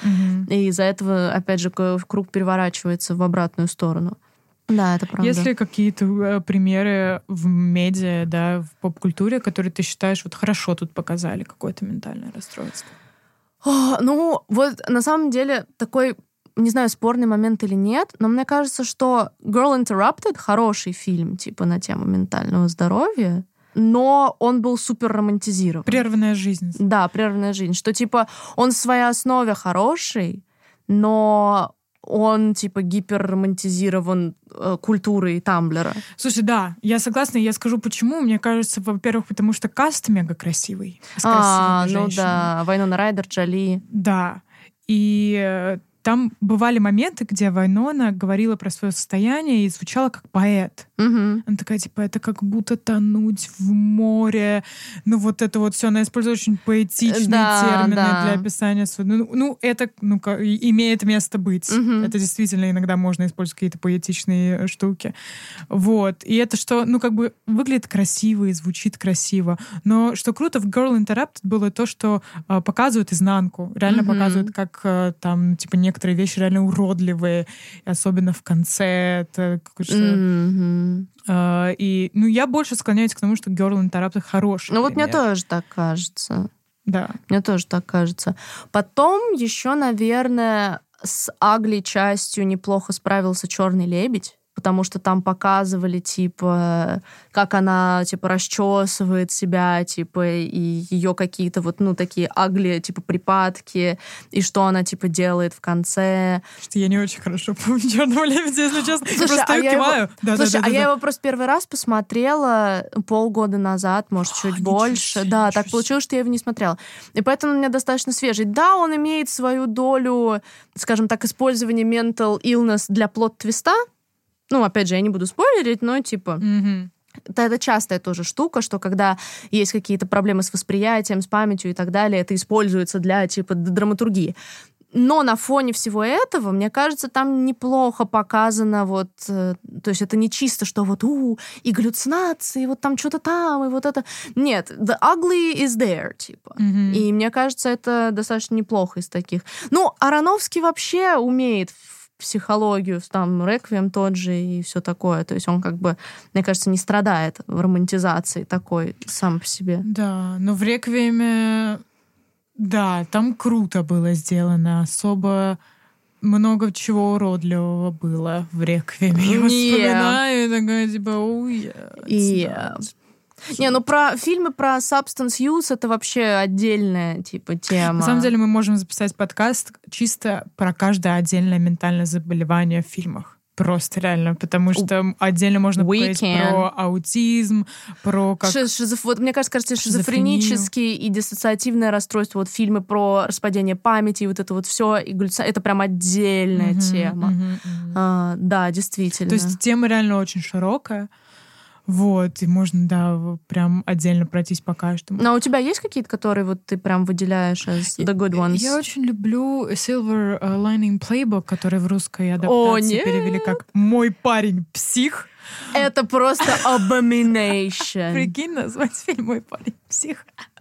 И из-за этого, опять же, круг переворачивается в обратную сторону. Да, это правда. Есть ли какие-то примеры в медиа, да, в поп-культуре, которые ты считаешь, хорошо тут показали какое-то ментальное расстройство? На самом деле, такой не знаю, спорный момент или нет, но мне кажется, что Girl Interrupted хороший фильм, типа, на тему ментального здоровья, но он был супер романтизирован. Прерванная жизнь. Да, прерванная жизнь. Что, типа, он в своей основе хороший, но он, типа, гиперромантизирован культурой Тамблера. Слушай, да, я согласна, я скажу почему. Мне кажется, во-первых, потому что каст мега красивый. С красивыми женщинами. Да, Вайнона Райдер, Джоли. Да, и там бывали моменты, где Вайнона говорила про свое состояние и звучала как поэт. Угу. Она такая, типа, это как будто тонуть в море. Ну, вот это вот все. Она использует очень поэтичные термины для описания своего. Ну, это имеет место быть. Это действительно иногда можно использовать какие-то поэтичные штуки. Вот. И это что, выглядит красиво и звучит красиво. Но что круто в Girl Interrupted было то, что показывают изнанку. Реально показывают, как там, типа, некоторые вещи реально уродливые. Особенно в конце. Это какой-то... И, я больше склоняюсь к тому, что Girl Interrupted хороший. Ну вот мне тоже так кажется. Да. Мне тоже так кажется. Потом еще, наверное, с Агли частью неплохо справился «Черный лебедь», потому что там показывали, типа, как она, типа, расчесывает себя, типа, и ее какие-то вот, такие агли, типа, припадки, и что она, типа, делает в конце. Что я не очень хорошо помню «Черного лебедя», если честно. Слушай, киваю. Я его просто первый раз посмотрела полгода назад, может, чуть больше. Да, так получилось, что я его не смотрела. И поэтому он у меня достаточно свежий. Да, он имеет свою долю, скажем так, использования mental illness для плот-твиста. Опять же, я не буду спойлерить, но, типа... Это частая тоже штука, что когда есть какие-то проблемы с восприятием, с памятью и так далее, это используется для, типа, драматургии. Но на фоне всего этого, мне кажется, там неплохо показано вот... То есть это не чисто, что вот и галлюцинации, вот там что-то там, и вот это... Нет, the ugly is there, типа. И мне кажется, это достаточно неплохо из таких. Аронофский вообще умеет психологию, там, «Реквием» тот же и все такое. То есть он как бы, мне кажется, не страдает романтизацией такой сам по себе. Да, но в «Реквиеме», да, там круто было сделано. Особо много чего уродливого было в «Реквиеме». Я вспоминаю и такая, типа, про фильмы про substance use — это вообще отдельная, типа, тема. На самом деле мы можем записать подкаст чисто про каждое отдельное ментальное заболевание в фильмах. Просто реально, потому что отдельно можно поговорить про аутизм, про как... Вот, мне кажется, шизофренические и диссоциативное расстройство, вот фильмы про распадение памяти, и вот это вот все, это прям отдельная тема. Да, действительно. То есть тема реально очень широкая. Вот, и можно, да, прям отдельно пройтись по каждому. Но у тебя есть какие-то, которые вот ты прям выделяешь as the good ones? Я очень люблю Silver Lining Playbook, который в русской адаптации перевели как «Мой парень псих». Это просто abomination. Прикинь, назвать фильм «Мой парень псих».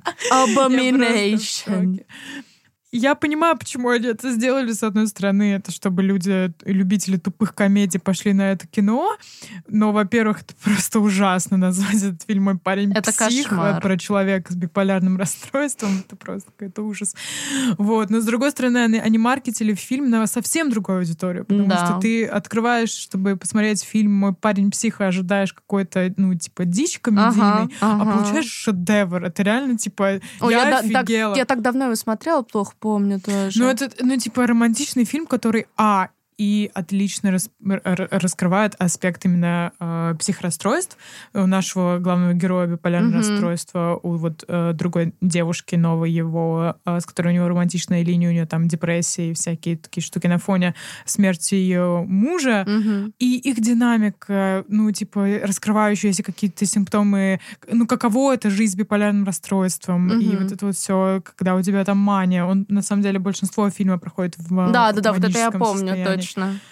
Abomination. Я понимаю, почему они это сделали. С одной стороны, это чтобы любители тупых комедий пошли на это кино. Но, во-первых, это просто ужасно назвать этот фильм «Мой парень это псих». Кошмар. Про человека с биполярным расстройством. Это просто какой-то ужас. Вот. Но, с другой стороны, они маркетили фильм на совсем другую аудиторию. Потому что ты открываешь, чтобы посмотреть фильм «Мой парень псих», и ожидаешь какой-то, типа, дичь комедийный, а получаешь шедевр. Это реально, типа, я офигела. Я так давно его смотрела, плохо помню тоже. Это, типа, романтичный фильм, который, и отлично раскрывает аспект именно психрасстройств. У нашего главного героя биполярное расстройство, у другой девушки новой его, с которой у него романтичная линия, у нее там депрессия и всякие такие штуки на фоне смерти ее мужа. И их динамика, типа, раскрывающиеся какие-то симптомы, каково это жизнь с биполярным расстройством, и вот это вот все, когда у тебя там мания. Он, на самом деле, большинство фильма проходит в маническом вот это я помню, состоянии. точно.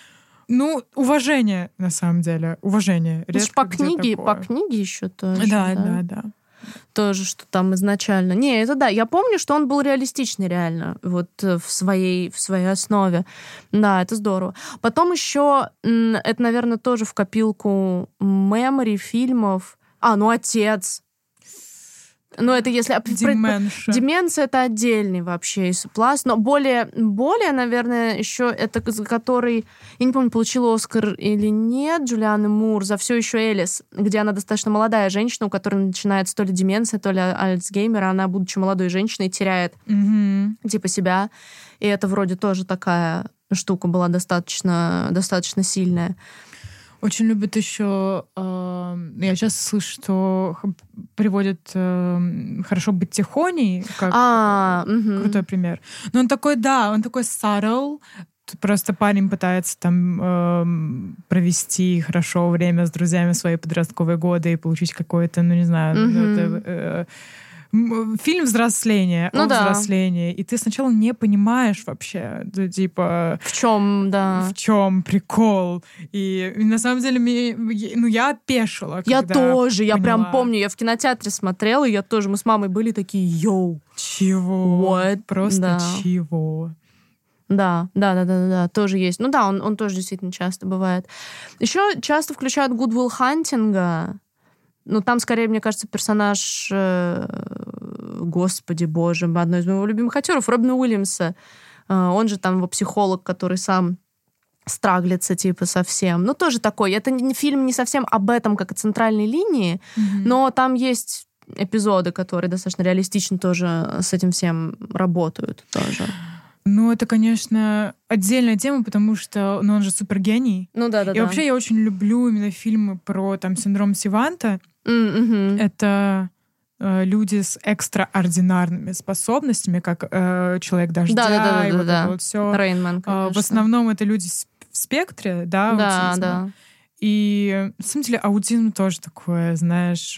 Уважение, на самом деле. Уважение. По книге еще тоже. Да. Тоже, что там изначально. Не, это да. Я помню, что он был реалистичный реально. Вот в своей основе. Да, это здорово. Потом еще, это, наверное, тоже в копилку мемори, фильмов. «Отец». Ну, это если... Деменция — это отдельный вообще пласт, но более, наверное, еще это который... Я не помню, получила Оскар или нет, Джулианны Мур за «Все еще Элис», где она достаточно молодая женщина, у которой начинается то ли деменция, то ли Альцгеймер, а она, будучи молодой женщиной, теряет типа себя. И это вроде тоже такая штука была достаточно сильная. Очень любят еще... я часто слышу, что приводят «Хорошо быть тихоней», как крутой пример. Но он такой subtle. Просто парень пытается там провести хорошо время с друзьями в свои подростковые годы и получить какое-то, ну, не знаю... фильм взросления, взрослении, и ты сначала не понимаешь вообще, типа... В чем прикол. И на самом деле, я опешила. Я тоже, я прям помню, я в кинотеатре смотрела, мы с мамой были такие, йоу. Чего? What? Просто чего? Да, тоже есть. Ну да, он тоже действительно часто бывает. Еще часто включают Good Will Hunting. Ну, там, скорее, мне кажется, персонаж, господи боже, одной из моих любимых актеров, Робина Уильямса. Он же там его психолог, который сам страглится, типа, совсем. Ну, тоже такой. Это фильм не совсем об этом, как о центральной линии, но там есть эпизоды, которые достаточно реалистично тоже с этим всем работают тоже. Ну, это, конечно, отдельная тема, потому что он же супергений. Ну да. И вообще я очень люблю именно фильмы про там синдром Севанта. Это люди с экстраординарными способностями, как «Человек дождя» и вот это вот все. Рейнман, конечно. В основном это люди в спектре, да, аутизма. Да. И, на самом деле, аутизм тоже такое, знаешь,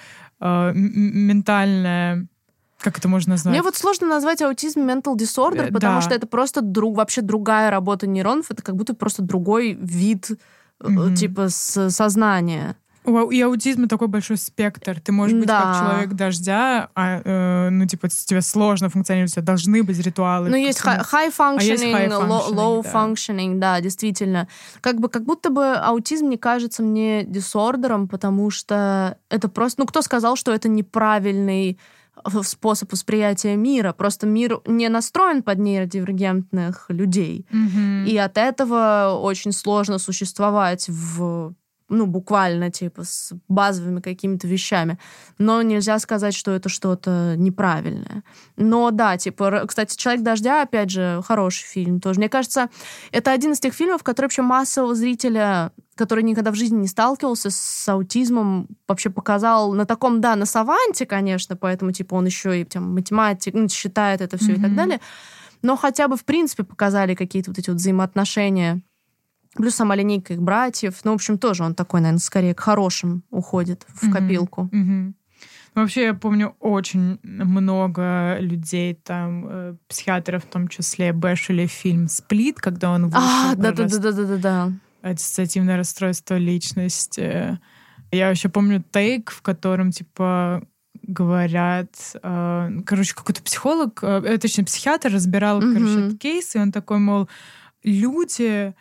ментальное... Как это можно назвать? Мне вот сложно назвать аутизм mental disorder, потому что это просто вообще другая работа нейронов, это как будто просто другой вид типа сознания. И аутизм — такой большой спектр. Ты можешь быть как человек дождя, тебе сложно функционировать, у тебя должны быть ритуалы. Ну, есть high functioning, low functioning, да, действительно. Как будто бы аутизм не кажется мне дисордером, потому что это просто... кто сказал, что это неправильный способ восприятия мира. Просто мир не настроен под нейродивергентных людей. И от этого очень сложно существовать буквально, типа, с базовыми какими-то вещами. Но нельзя сказать, что это что-то неправильное. Но да, типа, кстати, «Человек дождя», опять же, хороший фильм тоже. Мне кажется, это один из тех фильмов, который вообще массового зрителя, который никогда в жизни не сталкивался с аутизмом, вообще показал на таком, на саванте, конечно, поэтому, типа, он еще и там, математик, считает это все и так далее, но хотя бы, в принципе, показали какие-то вот эти вот взаимоотношения. Плюс сама линейка их братьев. Ну, в общем, тоже он такой, наверное, скорее к хорошим уходит в копилку. Вообще, я помню очень много людей, там, психиатров в том числе, бэшили фильм «Сплит», когда он вышел. Да. Диссоциативное расстройство личности. Я еще помню тейк, в котором, типа, говорят... какой-то психолог, точнее, психиатр разбирал, этот кейс, и он такой, мол, люди...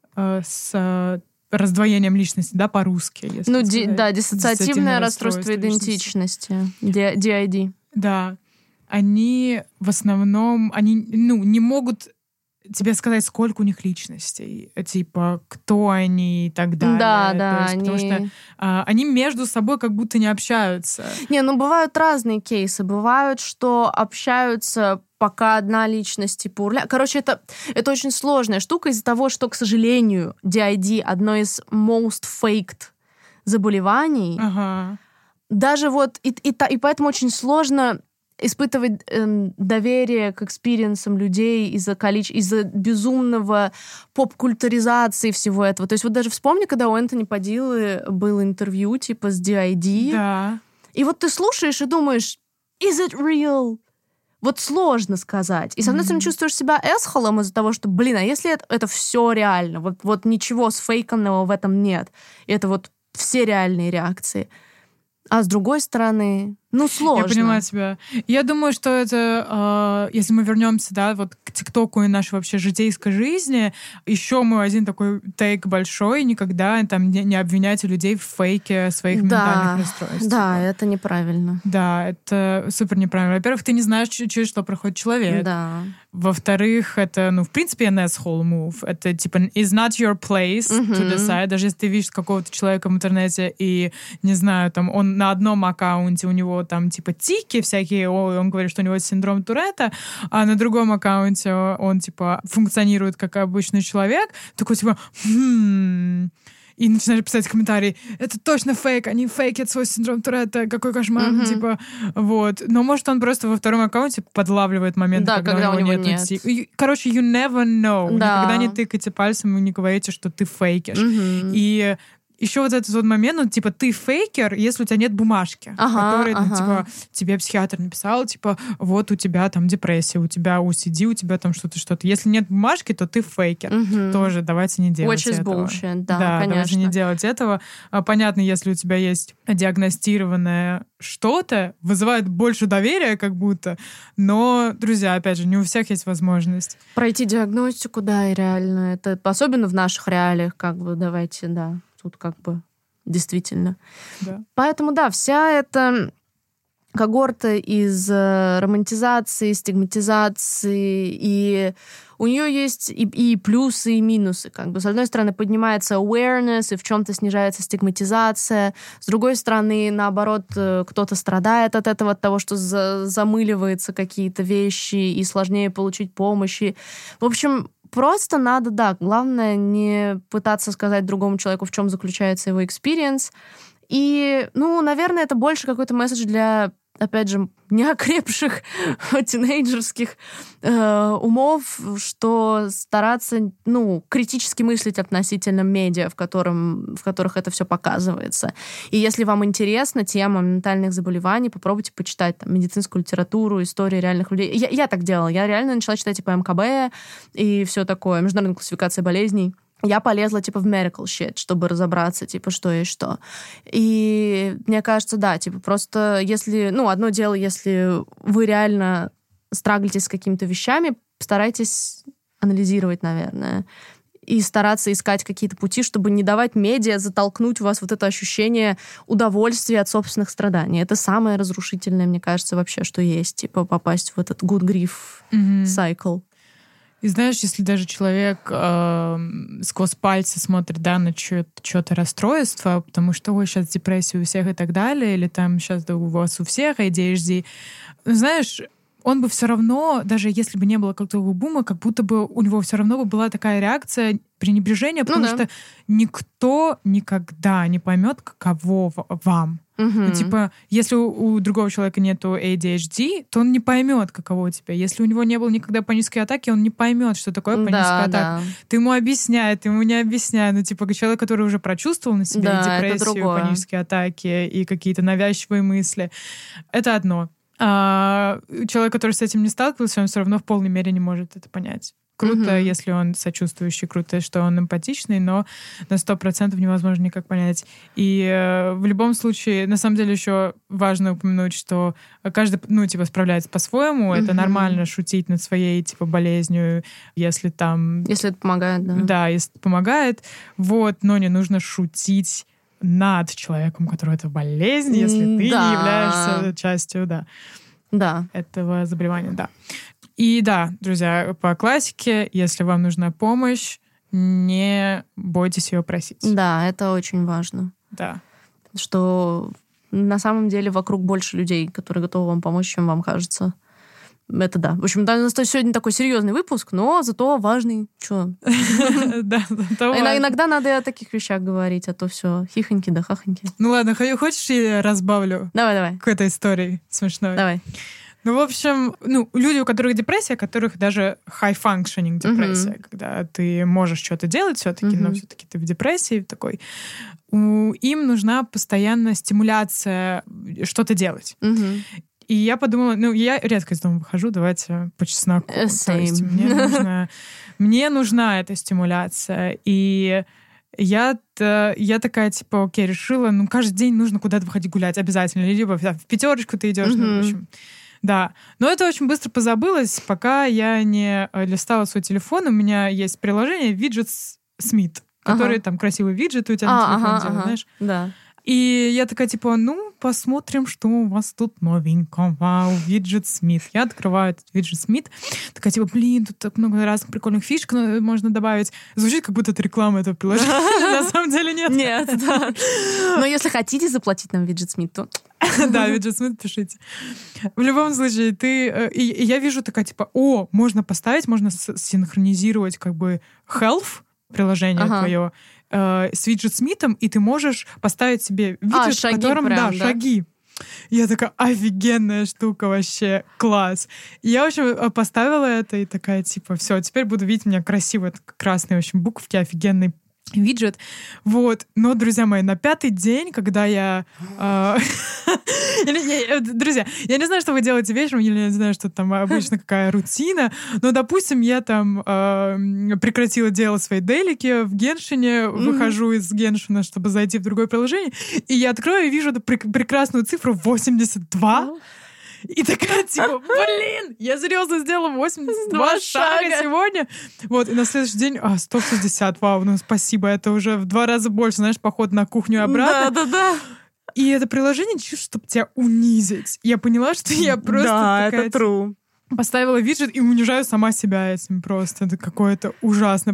с раздвоением личности, да, по-русски. Диссоциативное расстройство идентичности. DID. Да. Они в основном, не могут тебе сказать, сколько у них личностей, типа, кто они и так далее. Потому что они между собой как будто не общаются. Бывают разные кейсы. Бывают, что общаются, пока одна личность типа урля. Короче, это очень сложная штука из-за того, что, к сожалению, DID — одно из most faked заболеваний. Даже и поэтому очень сложно испытывать доверие к экспириенсам людей из-за безумного поп-культуризации всего этого. То есть вот даже вспомни, когда у Энтони Падиллы было интервью типа с DID. Да. И вот ты слушаешь и думаешь, is it real? Вот сложно сказать. И, с одной стороны, чувствуешь себя эсхолом из-за того, что, а если это все реально, вот ничего сфейканного в этом нет. И это вот все реальные реакции. А с другой стороны, Ну, сложно. Я поняла тебя. Я думаю, что это, если мы вернемся, да, вот к ТикТоку и нашей вообще житейской жизни, еще мой один такой тейк большой, никогда там не обвиняйте людей в фейке своих ментальных расстройств. Да, это неправильно. Да, это супер неправильно. Во-первых, ты не знаешь, через что проходит человек. Да. Во-вторых, это, в принципе, an asshole move. Это, типа, is not your place to decide. Даже если ты видишь какого-то человека в интернете и, не знаю, там, он на одном аккаунте, у него там, типа, тики всякие, он говорит, что у него синдром Туретта, а на другом аккаунте он, типа, функционирует как обычный человек, такой, типа, и начинаешь писать комментарии, это точно фейк, они фейкят свой синдром Туретта, какой кошмар, типа, вот. Но может он просто во втором аккаунте подлавливает момент, когда у него нет. Короче, you never know. Да. Никогда не тыкайте пальцем и не говорите, что ты фейкишь. И еще вот этот вот момент, типа, ты фейкер, если у тебя нет бумажки, которой, типа, тебе психиатр написал, типа, вот у тебя там депрессия, у тебя OCD, у тебя там что-то. Если нет бумажки, то ты фейкер. Тоже давайте не делать этого. Which is bullshit, да, конечно. Давайте не делать этого. Понятно, если у тебя есть диагностированное что-то, вызывает больше доверия как будто, но, друзья, опять же, не у всех есть возможность. Пройти диагностику, да, и реально. Это особенно в наших реалиях, как бы, давайте, да. Тут как бы действительно. Да. Поэтому, да, вся эта когорта из романтизации, стигматизации, и у нее есть и плюсы, и минусы. Как бы. С одной стороны, поднимается awareness, и в чем-то снижается стигматизация. С другой стороны, наоборот, кто-то страдает от этого, от того, что замыливаются какие-то вещи, и сложнее получить помощь. В общем, просто надо, да, главное не пытаться сказать другому человеку, в чем заключается его experience. И, наверное, это больше какой-то месседж для, опять же, неокрепших тинейджерских умов, что стараться, критически мыслить относительно медиа, в которых это все показывается. И если вам интересна тема ментальных заболеваний, попробуйте почитать там медицинскую литературу, истории реальных людей. Я так делала. Я реально начала читать типа МКБ и все такое, международная классификация болезней. Я полезла, типа, в medical shit, чтобы разобраться, типа, что есть что. И мне кажется, да, типа, просто если... одно дело, если вы реально страглитесь с какими-то вещами, старайтесь анализировать, наверное, и стараться искать какие-то пути, чтобы не давать медиа затолкнуть в вас вот это ощущение удовольствия от собственных страданий. Это самое разрушительное, мне кажется, вообще, что есть, типа, попасть в этот good grief cycle. И знаешь, если даже человек сквозь пальцы смотрит, да, на что-то расстройство, потому что, сейчас депрессия у всех и так далее, или там сейчас у вас у всех ADHD, знаешь, он бы все равно, даже если бы не было какого бума, как будто бы у него все равно бы была такая реакция пренебрежения, потому что никто никогда не поймет, каково вам. Типа, если у другого человека нету ADHD, то он не поймет, каково у тебя. Если у него не было никогда панической атаки, он не поймет, что такое паническая атака. Да. Ты ему объясняй, ты ему не объясняй. Человек, который уже прочувствовал на себе депрессию, панические атаки и какие-то навязчивые мысли, это одно. А человек, который с этим не сталкивался, он все равно в полной мере не может это понять. Круто, если он сочувствующий, круто, что он эмпатичный, но на 100% невозможно никак понять. И в любом случае, на самом деле, еще важно упомянуть, что каждый, справляется по-своему. Это нормально шутить над своей, болезнью, если там... Если это помогает, да. Да, если это помогает. Но не нужно шутить над человеком, у которого это болезнь, если ты не являешься частью, этого заболевания, да. И да, друзья, по классике, если вам нужна помощь, не бойтесь ее просить. Да, это очень важно. Да. Что на самом деле вокруг больше людей, которые готовы вам помочь, чем вам кажется. Это да. В общем, у нас сегодня такой серьезный выпуск, но зато важный. Чё? Да, зато важный. Иногда надо и о таких вещах говорить, а то все хихоньки да хахоньки. Ну ладно, хочешь, я разбавлю? Давай. К этой истории смешной. Давай. В общем, люди, у которых депрессия, у которых даже high-functioning депрессия, когда ты можешь что-то делать все-таки, но все-таки ты в депрессии такой, им нужна постоянная стимуляция что-то делать. И я подумала, я редко из дома выхожу, давайте по чесноку. То есть мне нужна эта стимуляция. И я такая, типа, окей, решила, ну, каждый день нужно куда-то выходить гулять обязательно. Либо в пятерочку ты идешь, ну, в общем. Да. Но это очень быстро позабылось, пока я не листала свой телефон. У меня есть приложение Widgets Smith, который там красивый виджет у тебя на телефоне делает, знаешь? Да. И я такая, типа, ну, посмотрим, что у вас тут новенького. Вау, Widget Smith. Я открываю этот Widget Smith. Такая, типа, блин, тут так много разных прикольных фишек можно добавить. Звучит, как будто это реклама этого приложения. На самом деле нет. Нет, да. Но если хотите заплатить нам Widget Smith, то... Да, Widget Smith пишите. В любом случае, я вижу такая, типа, можно поставить, можно синхронизировать, как бы, health приложение твое с Widget Smith, и ты можешь поставить себе виджет, в котором, прям, шаги. Я такая, офигенная штука вообще, класс. И я, в общем, поставила это и такая, типа, все, теперь буду видеть у меня красивые красные, в общем, буковки, офигенный виджет. Вот. Но, друзья мои, на 5-й день, когда я... Друзья, я не знаю, что вы делаете вечером, или я не знаю, что там обычно какая рутина, но, допустим, я там прекратила делать свои делики в Геншине, выхожу из Геншина, чтобы зайти в другое приложение, и я открою и вижу эту прекрасную цифру 82. И такая, типа, блин, я серьезно сделала 82 шага сегодня. Вот, и на следующий день 160, вау, ну спасибо, это уже в 2 раза больше, знаешь, поход на кухню и обратно. Да. И это приложение чуть, чтобы тебя унизить. Я поняла, что я просто такая... Да, это true. Поставила виджет и унижаю сама себя этим просто. Это какое-то ужасное.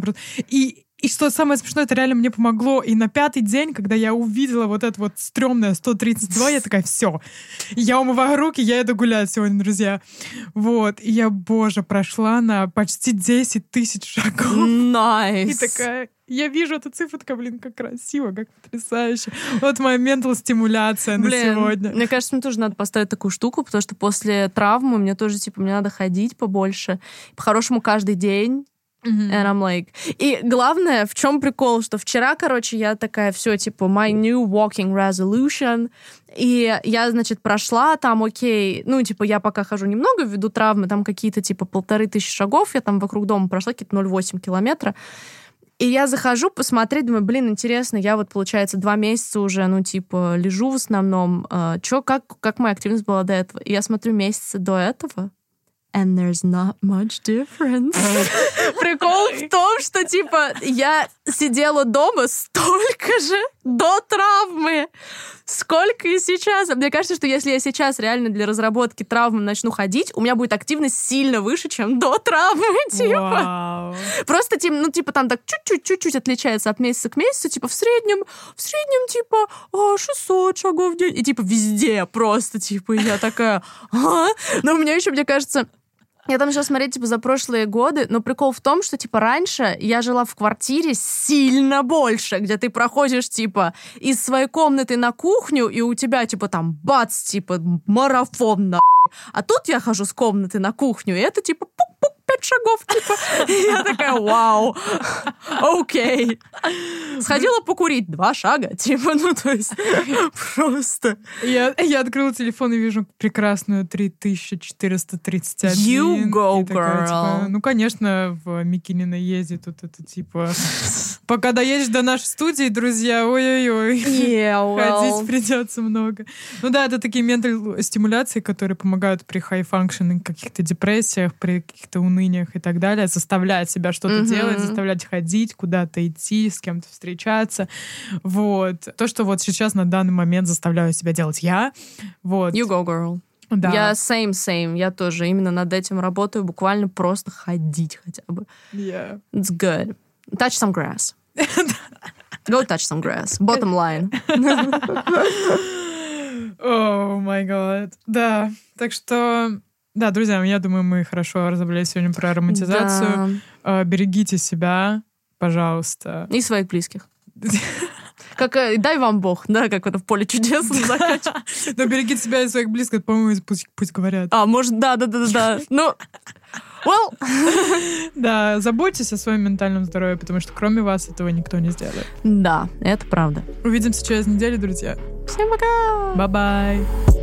И что самое смешное, это реально мне помогло. И на 5-й день, когда я увидела вот это вот стрёмное 132, я такая, все. Я умываю руки, я иду гулять сегодня, друзья. Вот. И я, боже, прошла на почти 10 тысяч шагов. Nice. И такая... Я вижу эту цифру, такая, блин, как красиво, как потрясающе. Вот моя ментал-стимуляция на сегодня. Мне кажется, мне тоже надо поставить такую штуку, потому что после травмы мне тоже, типа, мне надо ходить побольше. По-хорошему, каждый день. And I'm like... И главное, в чем прикол, что вчера, короче, я такая, все, типа, my new walking resolution. И я, значит, прошла там, окей, ну, типа, я пока хожу немного ввиду травмы, там какие-то, типа, 1500 шагов, я там вокруг дома прошла какие-то 0,8 километра. И я захожу посмотреть, думаю, блин, интересно, я вот, получается, 2 месяца уже, ну, типа, лежу в основном. Как моя активность была до этого? И я смотрю месяцы до этого, and there's not much difference. Прикол в том, что, типа, я сидела дома столько же до травмы, сколько и сейчас. Мне кажется, что если я сейчас реально для разработки травмы начну ходить, у меня будет активность сильно выше, чем до травмы, типа. Просто, ну, типа, там так чуть-чуть отличается от месяца к месяцу, типа, в среднем, типа, 600 шагов в день. И, типа, везде просто, типа, я такая, Но у меня еще, мне кажется... Я там сейчас смотреть, типа, за прошлые годы, но прикол в том, что, типа, раньше я жила в квартире сильно больше, где ты проходишь, типа, из своей комнаты на кухню, и у тебя, типа, там, бац, типа, марафон, нахуй. А тут я хожу с комнаты на кухню, и это, типа, пук-пук, 5 шагов, типа. И я такая, вау, окей. Сходила покурить 2 шага, типа, ну, то есть, просто. Я открыла телефон и вижу прекрасную 3431. You go, такая, girl. типа, ну, конечно, в Микинино ездит тут это, типа... Пока доедешь до нашей студии, друзья, ой-ой-ой. Ходить придется много. Ну да, это такие ментал-стимуляции, которые помогают при хай-фанкшн, каких-то депрессиях, при каких-то уныниях и так далее, заставлять себя что-то делать, заставлять ходить, куда-то идти, с кем-то встречаться. Вот. То, что вот сейчас на данный момент заставляю себя делать я. Вот. You go, girl. Да. Я same. Я тоже именно над этим работаю, буквально просто ходить хотя бы. Yeah. It's good. Touch some grass. Go touch some grass. Bottom line. О, май гад. Да. Так что... Да, друзья, я думаю, мы хорошо разобрались сегодня про романтизацию. Да. Берегите себя, пожалуйста. И своих близких. Как дай вам Бог, да, как это в поле чудес. Но берегите себя и своих близких, по-моему, пусть говорят. Может, да. Ну, да, заботьтесь о своем ментальном здоровье, потому что кроме вас этого никто не сделает. Да, это правда. Увидимся через неделю, друзья. Всем пока! Bye-bye!